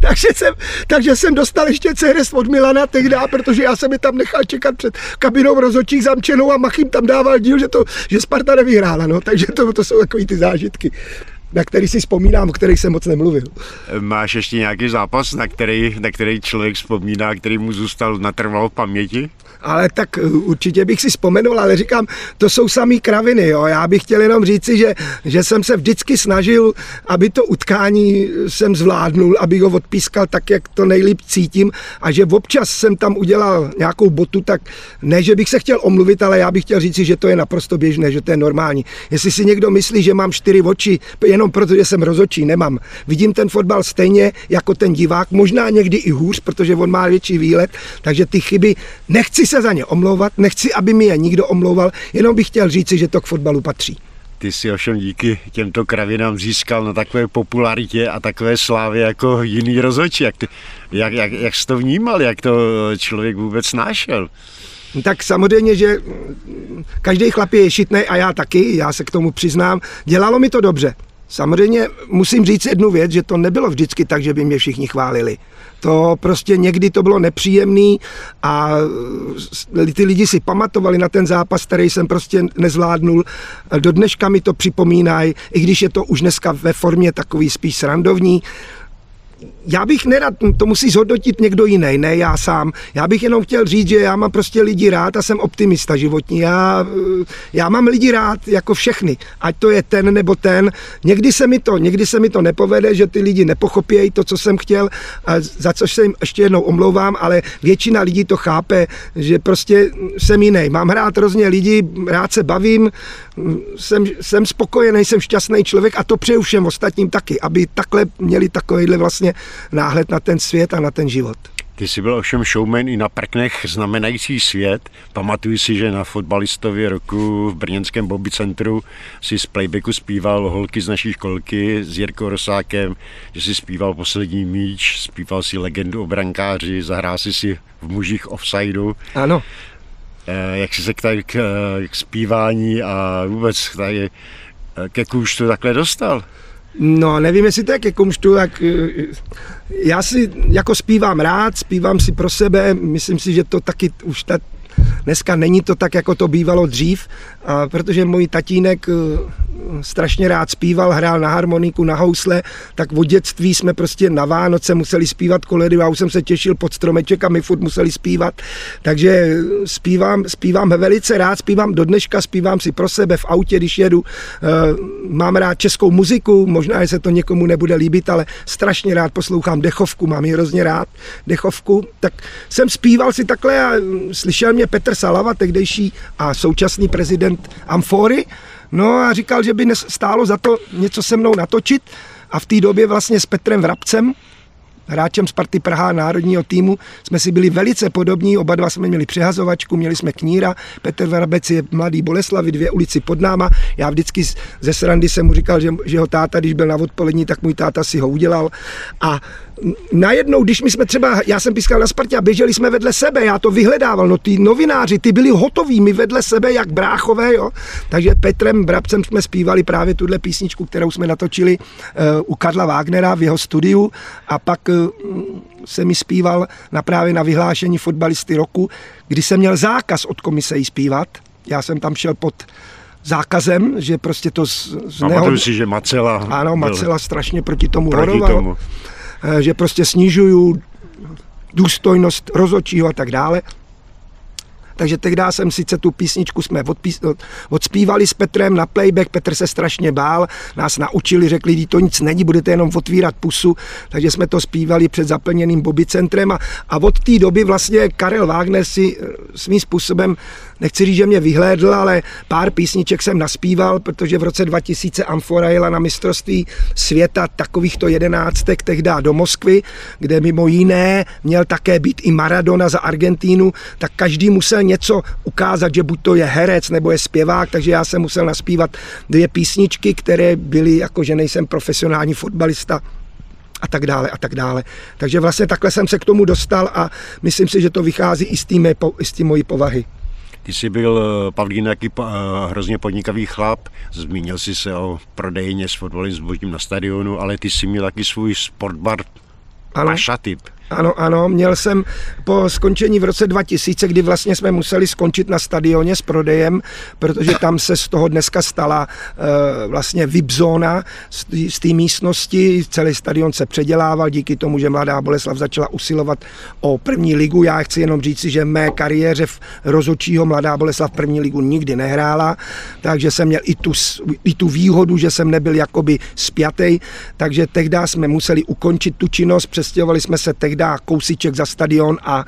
Takže jsem dostal ještě CRS od Milana tehdy, protože já jsem je tam nechal čekat před kabinou rozhodčích zamčenou a Mach jim tam dával díl, že Sparta nevyhrála. No. Takže to jsou takový ty zážitky, na který si vzpomínám, o kterých jsem moc nemluvil. Máš ještě nějaký zápas, na který člověk vzpomíná, který mu zůstal natrvalo v paměti? Ale tak určitě bych si vzpomenul, ale říkám, to jsou samý kraviny, jo. Já bych chtěl jenom říci, že jsem se vždycky snažil, aby to utkání jsem zvládnul, abych ho odpískal tak, jak to nejlíp cítím a že občas jsem tam udělal nějakou botu, tak ne, že bych se chtěl omluvit, ale já bych chtěl říci, že to je naprosto běžné, že to je normální. Jestli si někdo myslí, že mám 4 oči, jenom protože jsem rozhodčí, nemám. Vidím ten fotbal stejně jako ten divák, možná někdy i hůř, protože on má větší výhled, takže ty chyby nechci se za ně omlouvat, nechci, aby mi je nikdo omlouval, jenom bych chtěl říci, že to k fotbalu patří. Ty si ovšem díky těmto kravinám získal na takové popularitě a takové slávě jako jiný rozhodčí. Jak jsi to vnímal, jak to člověk vůbec snášel? Tak samozřejmě, že každý chlap je ješitnej a já taky, já se k tomu přiznám, dělalo mi to dobře. Samozřejmě musím říct jednu věc, že to nebylo vždycky tak, že by mě všichni chválili. To prostě někdy to bylo nepříjemný a ty lidi si pamatovali na ten zápas, který jsem prostě nezvládnul. Do dneška mi to připomínají, i když je to už dneska ve formě takový spíš srandovní. Já bych nerad, to musí zhodnotit někdo jiný, ne já sám. Já bych jenom chtěl říct, že já mám prostě lidi rád a jsem optimista životní. Já mám lidi rád jako všechny, ať to je ten nebo ten. Někdy se mi to nepovede, že ty lidi nepochopějí to, co jsem chtěl, za což se jim ještě jednou omlouvám, ale většina lidí to chápe, že prostě jsem jiný. Mám rád hrozně lidi, rád se bavím, jsem spokojený, jsem šťastný člověk a to přeju všem ostatním taky, aby takhle měli takovýhle vlastně náhled na ten svět a na ten život. Ty jsi byl ovšem showman i na prknech znamenající svět. Pamatuju si, že na fotbalistově roku v brněnském Bobby centru si z playbacku zpíval Holky z naší školky s Jirkou Rosákem, že si zpíval Poslední míč, zpíval si Legendu o brankáři, zahrál si v Mužích offsideu. Ano. Jak jsi se k zpívání a vůbec tady ke kůštu takhle dostal? No, nevím, jestli to je ke kumštu, jak já si jako zpívám rád, zpívám si pro sebe, myslím si, že to taky už dneska není to tak, jako to bývalo dřív, protože můj tatínek strašně rád zpíval, hrál na harmoniku, na housle, tak od dětství jsme prostě na Vánoce museli zpívat koledy, já už jsem se těšil pod stromeček a my furt museli zpívat, takže zpívám velice rád, zpívám do dneška, zpívám si pro sebe v autě, když jedu, mám rád českou muziku, možná, že se to někomu nebude líbit, ale strašně rád poslouchám dechovku, mám ji hrozně rád, dechovku, tak jsem zpíval si takhle a slyšel mě Petr Salava, tehdejší a současný prezident Amfory, no a říkal, že by stálo za to něco se mnou natočit a v té době vlastně s Petrem Vrabcem, hráčem Sparty Praha národního týmu, jsme si byli velice podobní, oba dva jsme měli přehazovačku, měli jsme kníra, Petr Vrabec je mladý Boleslavi, 2 ulici pod náma, já vždycky ze srandy jsem mu říkal, že jeho táta, když byl na odpolední, tak můj táta si ho udělal a najednou, když my jsme třeba, já jsem pískal na Spartě a běželi jsme vedle sebe, já to vyhledával, no ty novináři, ty byli hotoví, my vedle sebe jak bráchové, jo, takže Petrem Brabcem jsme zpívali právě tuhle písničku, kterou jsme natočili u Karla Wagnera v jeho studiu a pak se mi zpíval právě na vyhlášení fotbalisty roku, kdy jsem měl zákaz od komise jí zpívat, já jsem tam šel pod zákazem, že prostě to Pamatuju si, že Macela. Ano, Macela strašně proti tomu horoval. Že prostě snižuju důstojnost rozhodčího a tak dále. takže tehdy jsem sice tu písničku jsme odspívali s Petrem na playback, Petr se strašně bál, nás naučili, řekli, že to nic není, budete jenom otvírat pusu, takže jsme to zpívali před zaplněným Bobby centrem a od té doby vlastně Karel Wagner si svým způsobem, nechci říct, že mě vyhlédl, ale pár písniček jsem naspíval, protože v roce 2000 Amfora jela na mistrovství světa takovýchto 11 tehdy do Moskvy, kde mimo jiné měl také být i Maradona za Argentínu, tak každý musel něco ukázat, že buď to je herec nebo je zpěvák, takže já jsem musel naspívat 2 písničky, které byly jako, že nejsem profesionální fotbalista a tak dále a tak dále. Takže vlastně takhle jsem se k tomu dostal a myslím si, že to vychází i z té mojí povahy. Ty jsi byl, Pavlín, jaký hrozně podnikavý chlap, zmínil jsi se o prodejně s fotbalovým zbožím na stadionu, ale ty jsi měl taky svůj sportbar Paša typ. Ano, měl jsem po skončení v roce 2000, kdy vlastně jsme museli skončit na stadioně s prodejem, protože tam se z toho dneska stala vlastně VIP zóna z té místnosti, celý stadion se předělával díky tomu, že Mladá Boleslav začala usilovat o první ligu. Já chci jenom říci, že v mé kariéře v rozhodčího Mladá Boleslav první ligu nikdy nehrála, takže jsem měl i tu výhodu, že jsem nebyl jakoby spjatej, takže tehdy jsme museli ukončit tu činnost, přestěhovali jsme se tehdy kousíček za stadion a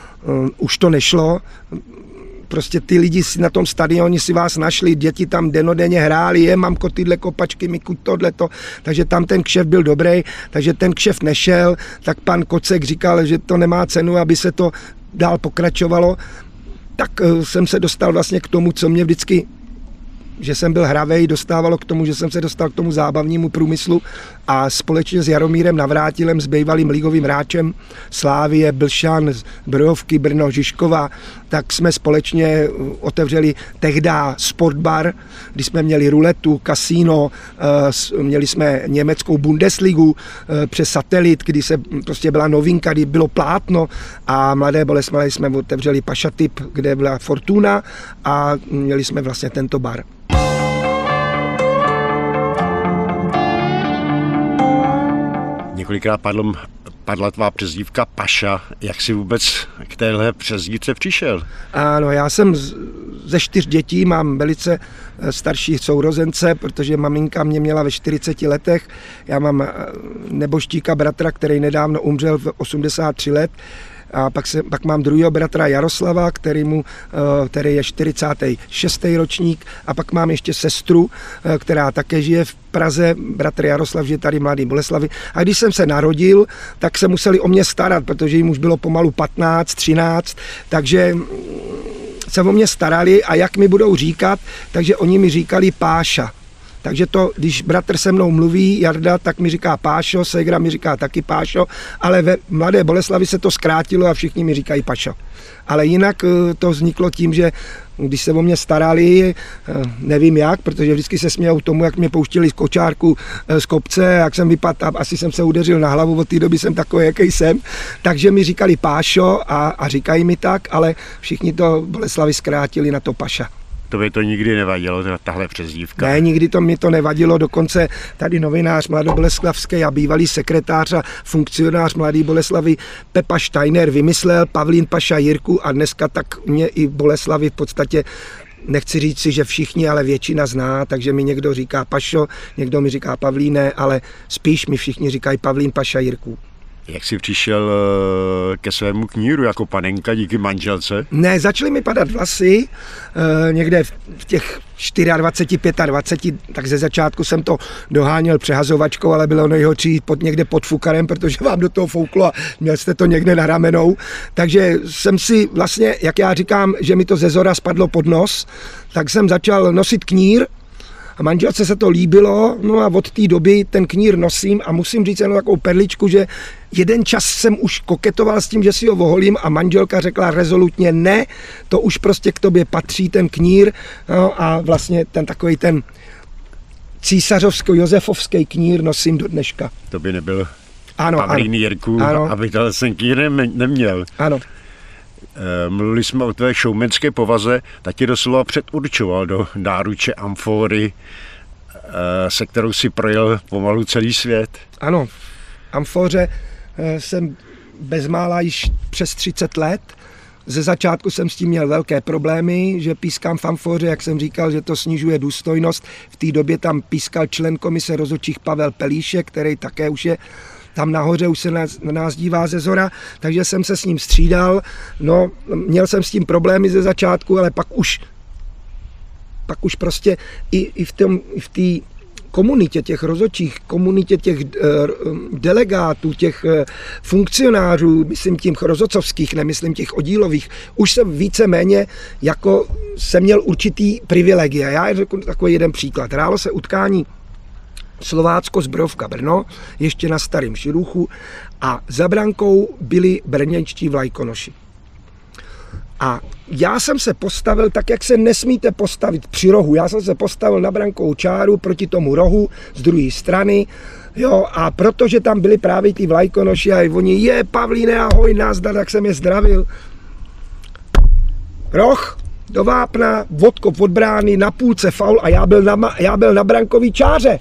už to nešlo. Prostě ty lidi si na tom stadioně si vás našli, děti tam denodenně hráli, mamko, tyhle kopačky, mi kuď tohleto, takže tam ten kšeft byl dobrý, takže ten kšeft nešel, tak pan Kocek říkal, že to nemá cenu, aby se to dál pokračovalo, tak jsem se dostal vlastně k tomu, co mě vždycky, že jsem byl hravej, dostávalo k tomu, že jsem se dostal k tomu zábavnímu průmyslu a společně s Jaromírem Navrátilem, s bývalým ligovým hráčem Slávie, Blšan, Brojovky, Brno, Žižkova, tak jsme společně otevřeli tehdy sportbar, kdy jsme měli ruletu, kasíno, měli jsme německou Bundesligu přes satelit, kdy se prostě byla novinka, kdy bylo plátno a Mladé Boleslavi jsme otevřeli Paša typ, kde byla Fortuna a měli jsme vlastně tento bar. Několikrát padla tvá přezdívka Paša. Jak jsi vůbec k téhle přezdívce přišel? Ano, já jsem ze 4 dětí, mám velice starší sourozence, protože maminka mě měla ve 40 letech. Já mám neboštíka bratra, který nedávno umřel v 83 let. A pak mám druhého bratra Jaroslava, který je 46. ročník a pak mám ještě sestru, která také žije v Praze, bratr Jaroslav žije tady v Mladé Boleslavi. A když jsem se narodil, tak se museli o mě starat, protože jim už bylo pomalu 15, 13, takže se o mě starali a jak mi budou říkat, takže oni mi říkali Páša. Takže to, když bratr se mnou mluví, Jarda, tak mi říká Pášo, ségra mi říká taky Pášo, ale ve Mladé Boleslavi se to zkrátilo a všichni mi říkají Pašo. Ale jinak to vzniklo tím, že když se o mě starali, nevím jak, protože vždycky se smějou tomu, jak mě pouštili z kočárku z kopce, jak jsem vypadl, asi jsem se udeřil na hlavu, od té doby jsem takový, jaký jsem, takže mi říkali Pášo a říkají mi tak, ale všichni to Boleslavi zkrátili na to Paša. To by to nikdy nevadilo, tahle přezdívka? Ne, nikdy mi to nevadilo, dokonce tady novinář Mladoboleslavský a bývalý sekretář a funkcionář Mladé Boleslavy Pepa Steiner vymyslel Pavlín Paša Jirku a dneska tak mě i Boleslavy v podstatě, nechci říct si, že všichni, ale většina zná, takže mi někdo říká Pašo, někdo mi říká Pavlíne, ale spíš mi všichni říkají Pavlín Paša Jirku. Jak jsi přišel ke svému kníru jako panenka díky manželce? Ne, začaly mi padat vlasy, někde v těch 24, 25, tak ze začátku jsem to doháněl přehazovačkou, ale bylo nejhorší někde pod fukarem, protože vám do toho fouklo a měl jste to někde na ramenou. Takže jsem si vlastně, jak já říkám, že mi to ze zora spadlo pod nos, tak jsem začal nosit knír. A manželce se to líbilo, no a od té doby ten knír nosím a musím říct jenom takovou perličku, že jeden čas jsem už koketoval s tím, že si ho oholím a manželka řekla rezolutně ne, to už prostě k tobě patří ten knír, no a vlastně ten takový ten císařovsko-josefovský knír nosím do dneška. To by nebyl Pavlín Jirku, aby ten knír neměl. Ano. Mluvili jsme o tvé showmanské povaze, tak tě doslova předurčoval do náruče Amfory, se kterou si projel pomalu celý svět. Ano, v Amfoře jsem bezmála již přes 30 let Ze začátku jsem s tím měl velké problémy, že pískám fanfóře, jak jsem říkal, že to snižuje důstojnost. V té době tam pískal člen komise rozhodčích Pavel Pelíšek, který také už je tam nahoře, už se na nás dívá ze zora, takže jsem se s ním střídal. No, měl jsem s tím problémy ze začátku, ale pak už prostě i v té komunitě těch rozhodčích, komunitě těch delegátů, těch funkcionářů, myslím těch rozhodcovských, nemyslím těch oddílových, už jsem víceméně jako jsem měl určitý privilegia. Já řeknu takový jeden příklad. Hrálo se utkání Slovácko-Zbrojovka Brno, ještě na Starém Širuchu a za brankou byli brněnští vlajkonoši. A já jsem se postavil tak, jak se nesmíte postavit při rohu. Já jsem se postavil na brankovou čáru proti tomu rohu z druhé strany. Jo, a protože tam byli právě ty vlajkonoši a oni, Pavlíne, ahoj, nazdar, tak jsem je zdravil. Roh do vápna, odkop od brány, na půlce faul a já byl na brankový čáře.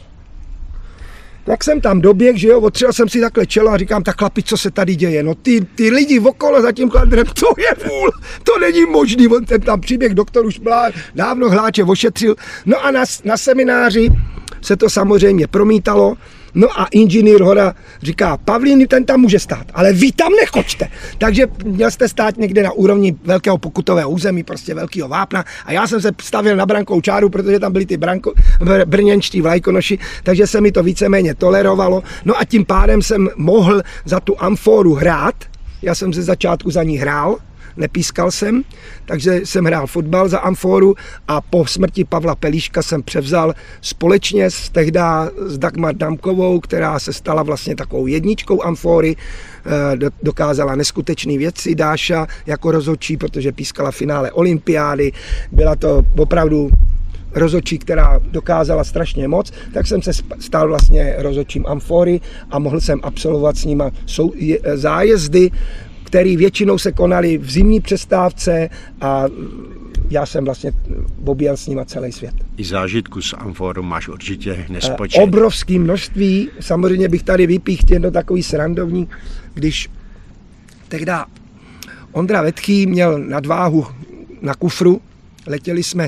Tak jsem tam doběh, že jo, otřel jsem si takhle čelo a říkám, tak chlapi, co se tady děje? No ty lidi okolo za tím kladrem, to je vůl, to není možný, on ten tam příběh, doktor už dávno hláče ošetřil. No a na semináři se to samozřejmě promítalo, no a inženýr Hora říká, Pavlín, ten tam může stát, ale vy tam nechoďte. Takže měl jste stát někde na úrovni velkého pokutového území, prostě velkého vápna a já jsem se stavil na brankovou čáru, protože tam byli ty brněnští vlajkonoši, takže se mi to víceméně tolerovalo. No a tím pádem jsem mohl za tu amfóru hrát, já jsem ze začátku za ní hrál, nepískal jsem, takže jsem hrál fotbal za amfóru a po smrti Pavla Pelíška jsem převzal společně s Dagmar Damkovou, která se stala vlastně takovou jedničkou amfóry, dokázala neskutečné věci Dáša jako rozhodčí, protože pískala finále olympiády, byla to opravdu rozhodčí, která dokázala strašně moc, tak jsem se stal vlastně rozhodčím amfóry a mohl jsem absolvovat s nima zájezdy, které většinou se konaly v zimní přestávce a já jsem vlastně objel s nima celý svět. I zážitku s amfórou máš určitě nespočet. Obrovské množství, samozřejmě bych tady vypíchl jedno takový srandovní, když tehda Ondra Vetchý měl nadváhu na kufru, letěli jsme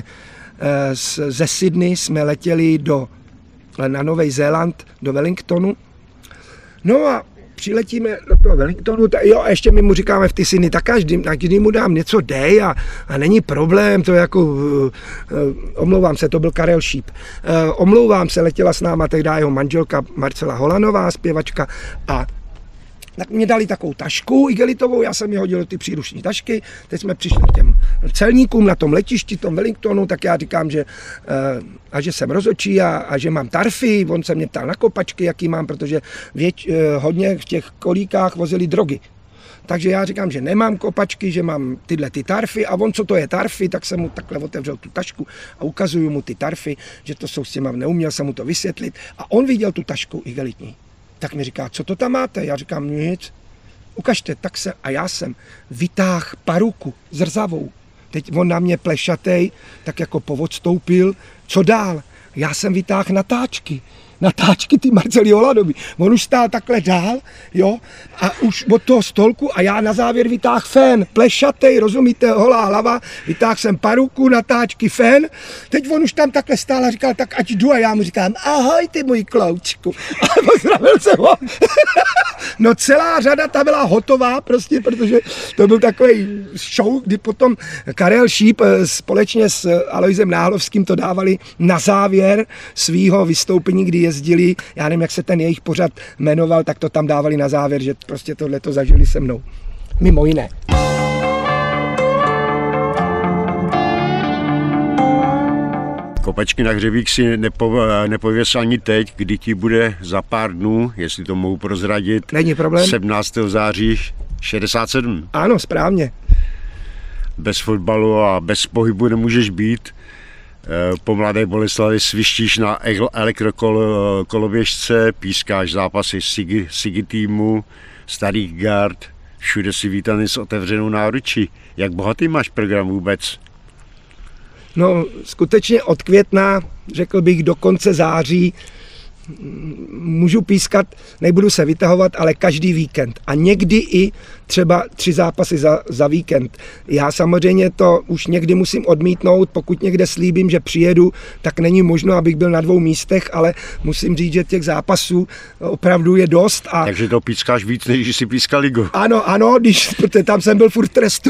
ze Sydney, jsme letěli na Nový Zéland, do Wellingtonu, no a přiletíme do toho Wellingtonu, a ještě my mu říkáme v ty Sydney, tak každý mu dám něco dej a není problém, to jako, omlouvám se, to byl Karel Šíp, omlouvám se, letěla s náma tehdy jeho manželka Marcela Holanová, zpěvačka a tak mě dali takovou tašku igelitovou, já jsem ji hodil do ty příruční tašky, teď jsme přišli k těm celníkům na tom letišti, tom Wellingtonu, tak já říkám, že jsem rozhodčí a že mám tarfy, on se mě ptal na kopačky, jaký mám, protože hodně v těch kolíkách vozili drogy. Takže já říkám, že nemám kopačky, že mám tyhle ty tarfy a on, co to je tarfy, tak jsem mu takhle otevřel tu tašku a ukazuju mu ty tarfy, že to jsou s těma, neuměl jsem mu to vysvětlit a on viděl tu tašku igelitní. Tak mi říká, co to tam máte? Já říkám, nic. Ukažte, a já jsem vytáhl paruku zrzavou. Teď on na mě plešatej, tak jako poodstoupil. Co dál? Já jsem vytáhl natáčky ty Marcely Holanový. On už stál takhle dál, jo, a už od toho stolku a já na závěr vytáhl fén, plešatej, rozumíte, holá hlava, vytáhl jsem paruku, natáčky, fén. Teď on už tam takhle stál a říkal, tak ať jdu a já mu říkám, ahoj ty můj kloučku. A pozdravil jsem ho. No celá řada ta byla hotová prostě, protože to byl takový show, kdy potom Karel Šíp společně s Alojzem Náhlovským to dávali na závěr svýho vystoupení, kdy jezdili, já nevím, jak se ten jejich pořad jmenoval, tak to tam dávali na závěr, že prostě tohleto zažili se mnou. Mimo jiné. Kopačky na hřebík si nepověs ani teď, kdy ti bude za pár dnů, jestli to mohu prozradit. Není problém. 17. září 67. Ano, správně. Bez fotbalu a bez pohybu nemůžeš být. Po Mladé Boleslavi svištíš na elektrokoloběžce, pískáš zápasy Sigi týmu, starých gard, všude si vítaný s otevřenou náručí. Jak bohatý máš program vůbec? No skutečně od května, řekl bych do konce září, můžu pískat, nebudu se vytahovat, ale každý víkend. A někdy i třeba 3 zápasy za víkend. Já samozřejmě to už někdy musím odmítnout, pokud někde slíbím, že přijedu, tak není možno, abych byl na 2 místech, ale musím říct, že těch zápasů opravdu je dost. Takže to pískáš víc, než jsi pískal ligu. Ano, protože tam jsem byl furt v trestu.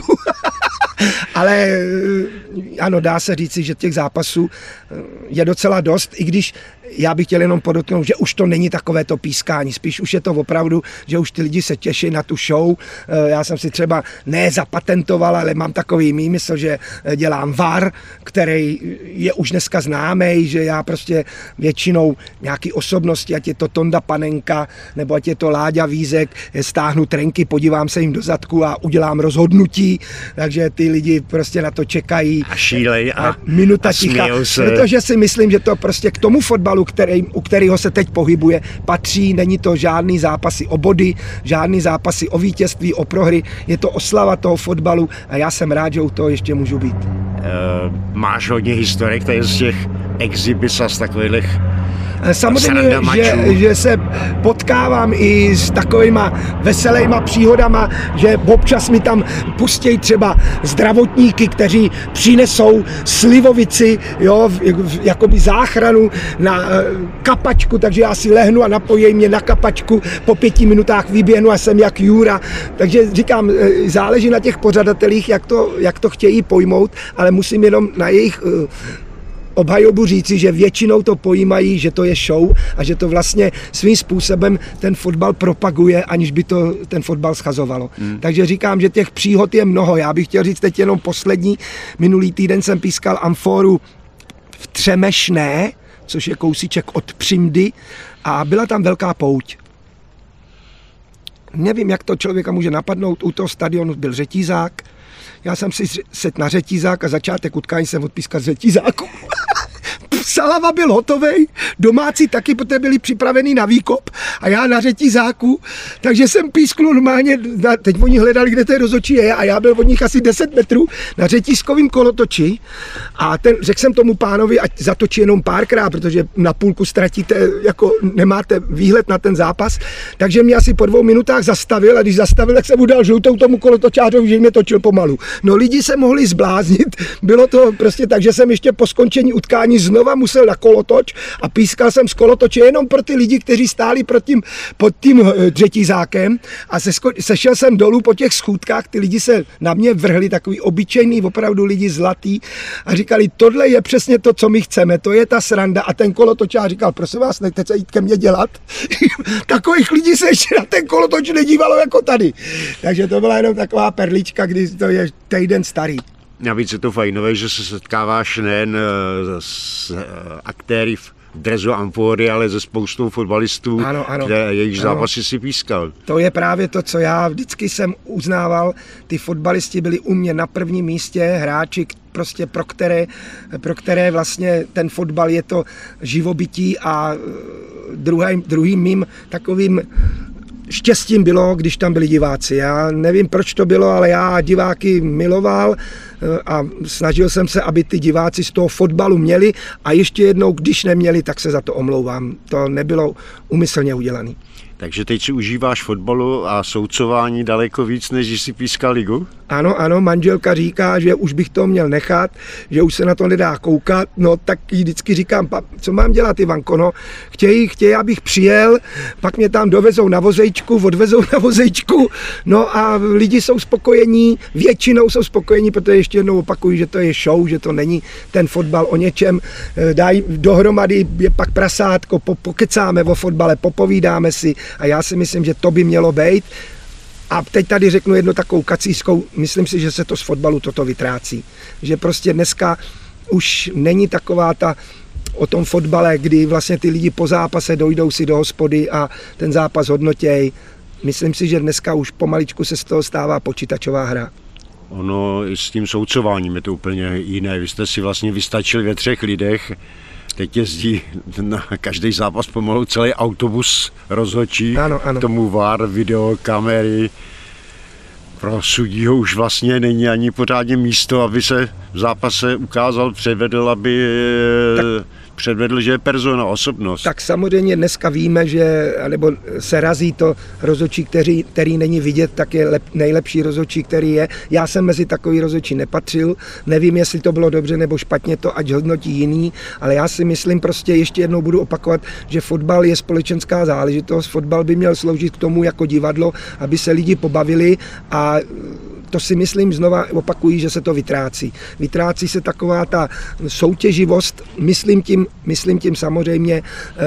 Ale ano, dá se říci, že těch zápasů je docela dost, i když já bych chtěl jenom podotknout, že už to není takové to pískání, spíš už je to opravdu, že už ty lidi se těší na tu show. Já jsem si třeba nezapatentoval, ale mám takový výmysl, že dělám VAR, který je už dneska známý, že já prostě většinou nějaký osobnosti, ať je to Tonda Panenka, nebo ať je to Láďa Vízek, stáhnu trenky, podívám se jim do zadku a udělám rozhodnutí, takže ty lidi prostě na to čekají. A šílej a minuta ticha, protože si myslím, že to prostě k tomu fotbalu, u kterého se teď pohybuje, patří. Není to žádný zápasy o body, žádný zápasy o vítězství, o prohry. Je to oslava toho fotbalu a já jsem rád, že u toho ještě můžu být. Máš hodně historik tady z těch exhibis a z takových samozřejmě, že se potkávám i s takovýma veselýma příhodama, že občas mi tam pustí třeba zdravotníky, kteří přinesou slivovici, jo, jakoby záchranu na kapačku, takže já si lehnu a napojí mě na kapačku, po 5 minutách vyběhnu a jsem jak Jura. Takže říkám, záleží na těch pořadatelích, jak to chtějí pojmout, ale musím jenom na jejich obhajobu říci, že většinou to pojímají, že to je show a že to vlastně svým způsobem ten fotbal propaguje, aniž by to ten fotbal schazovalo. Takže říkám, že těch příhod je mnoho. Já bych chtěl říct teď jenom poslední. Minulý týden jsem pískal amfóru v Třemešné, což je kousíček od Přimdy, a byla tam velká pouť. Nevím, jak to člověka může napadnout. U toho stadionu byl řetízák. Já jsem si set na řetízák a začátek utkání jsem odpískal z řetízáku. Salava byl hotovej, domácí taky, protože byli připravení na výkop a já na řetízáku, takže jsem pískl normálně, teď oni hledali, kde to rozhodčí je a já byl od nich asi 10 metrů na řetízkovým kolotoči a řekl jsem tomu pánovi, ať zatočí jenom párkrát, protože na půlku ztratíte, jako nemáte výhled na ten zápas, takže mě asi po 2 minutách zastavil a když zastavil, tak jsem mu dal žlutou tomu kolotočářovi, že mě točil pomalu. No lidi se mohli zbláznit, bylo to prostě tak, že jsem ještě po skončení utkání znova musel na kolotoč a pískal jsem z kolotoče jenom pro ty lidi, kteří stáli pod tím řetízákem a sešel jsem dolů po těch schůdkách, ty lidi se na mě vrhli, takový obyčejný, opravdu lidi zlatý a říkali, tohle je přesně to, co my chceme, to je ta sranda a ten kolotočář říkal, prosím vás, nechte se jít ke mně dělat. Takových lidí se ještě na ten kolotoč nedívalo jako tady. Takže to byla jenom taková perlička, kdy to je týden starý. Navíc je to fajnové, že se setkáváš nejen s aktéry v dresu amfóry, ale se spoustou fotbalistů, jejich zápasy si pískal. To je právě to, co já vždycky jsem uznával. Ty fotbalisti byli u mě na prvním místě, hráči, prostě pro které vlastně ten fotbal je to živobytí a druhým mým takovým štěstím bylo, když tam byli diváci. Já nevím, proč to bylo, ale já diváky miloval a snažil jsem se, aby ty diváci z toho fotbalu měli a ještě jednou, když neměli, tak se za to omlouvám. To nebylo úmyslně udělané. Takže teď si užíváš fotbalu a soucování daleko víc, než když si pískal ligu? Ano, manželka říká, že už bych to měl nechat, že už se na to nedá koukat, no tak jí vždycky říkám, co mám dělat, Ivanko, no, chtějí, abych přijel, pak mě tam dovezou na vozejčku, odvezou na vozejčku, no a lidi jsou spokojení, většinou jsou spokojení, protože ještě jednou opakuju, že to je show, že to není ten fotbal o něčem, dají dohromady, je pak prasátko, pokecáme o fotbale, popovídáme si a já si myslím, že to by mělo být. A teď tady řeknu jednu takovou kacířskou, myslím si, že se to z fotbalu toto vytrácí. Že prostě dneska už není taková ta o tom fotbale, kdy vlastně ty lidi po zápase dojdou si do hospody a ten zápas hodnotěj. Myslím si, že dneska už pomaličku se z toho stává počítačová hra. Ono i s tím soucováním je to úplně jiné. Vy jste si vlastně vystačili ve 3 lidech. Teď jezdí na každý zápas pomalu celý autobus rozhodčí, ano. K tomu VAR, video, kamery. Pro sudího už vlastně není ani pořádně místo, aby se v zápase ukázal, předvedl, aby předvedl, že je persona, osobnost. Tak samozřejmě dneska víme, že nebo se razí to rozhodčí, který není vidět, tak je nejlepší rozhodčí, který je. Já jsem mezi takový rozhodčí nepatřil, nevím, jestli to bylo dobře nebo špatně, to ať hodnotí jiný, ale já si myslím prostě, ještě jednou budu opakovat, že fotbal je společenská záležitost, fotbal by měl sloužit k tomu jako divadlo, aby se lidi pobavili a to si myslím, znova opakují, že se to vytrácí. Vytrácí se taková ta soutěživost, myslím tím samozřejmě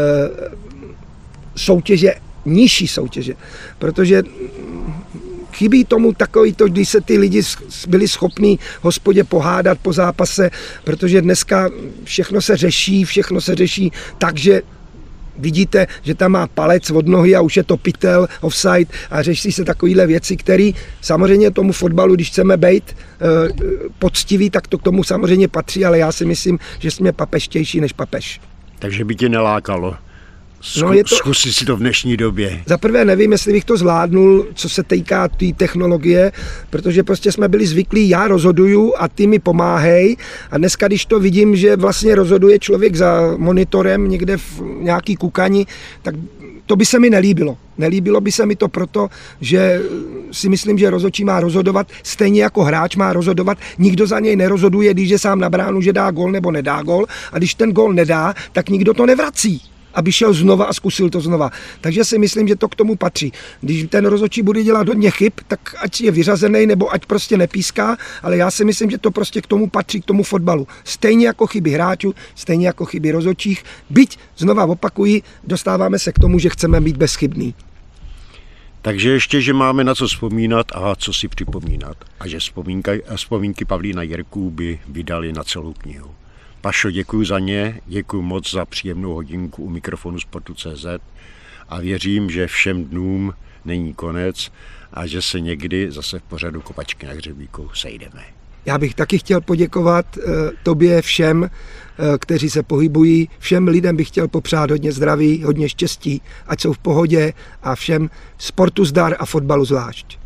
soutěže, nižší soutěže, protože chybí tomu takový to, když se ty lidi byli schopní hospodě pohádat po zápase, protože dneska všechno se řeší tak, že vidíte, že tam má palec od nohy a už je to pytel, offside a řeší se takovéhle věci, které samozřejmě tomu fotbalu, když chceme být poctiví, tak to k tomu samozřejmě patří, ale já si myslím, že jsme papeštější než papež. Takže by tě nelákalo zkusit si to v dnešní době. Za prvé nevím, jestli bych to zvládnul, co se týká té technologie, protože prostě jsme byli zvyklí, já rozhoduju a ty mi pomáhej a dneska, když to vidím, že vlastně rozhoduje člověk za monitorem někde v nějaký kukani, tak to by se mi nelíbilo. Nelíbilo by se mi to proto, že si myslím, že rozhodčí má rozhodovat, stejně jako hráč má rozhodovat. Nikdo za něj nerozhoduje, když je sám na bránu, že dá gól nebo nedá gól, a když ten gól nedá, tak nikdo to nevrací, aby šel znova a zkusil to znova. Takže si myslím, že to k tomu patří. Když ten rozhodčí bude dělat hodně chyb, tak ať je vyřazený nebo ať prostě nepíská, ale já si myslím, že to prostě k tomu patří, k tomu fotbalu. Stejně jako chyby hráčů, stejně jako chyby rozhodčích. Byť, znova opakuji, dostáváme se k tomu, že chceme být bezchybný. Takže ještě, že máme na co vzpomínat a co si připomínat. A že vzpomínky Pavlína Jirků by vydali na celou knihu. Pašo, děkuji za ně, děkuji moc za příjemnou hodinku u mikrofonu Sportu.cz a věřím, že všem dnům není konec a že se někdy zase v pořadu Kopačky na hřebíku sejdeme. Já bych taky chtěl poděkovat tobě všem, kteří se pohybují. Všem lidem bych chtěl popřát hodně zdraví, hodně štěstí, ať jsou v pohodě a všem sportu zdar a fotbalu zvlášť.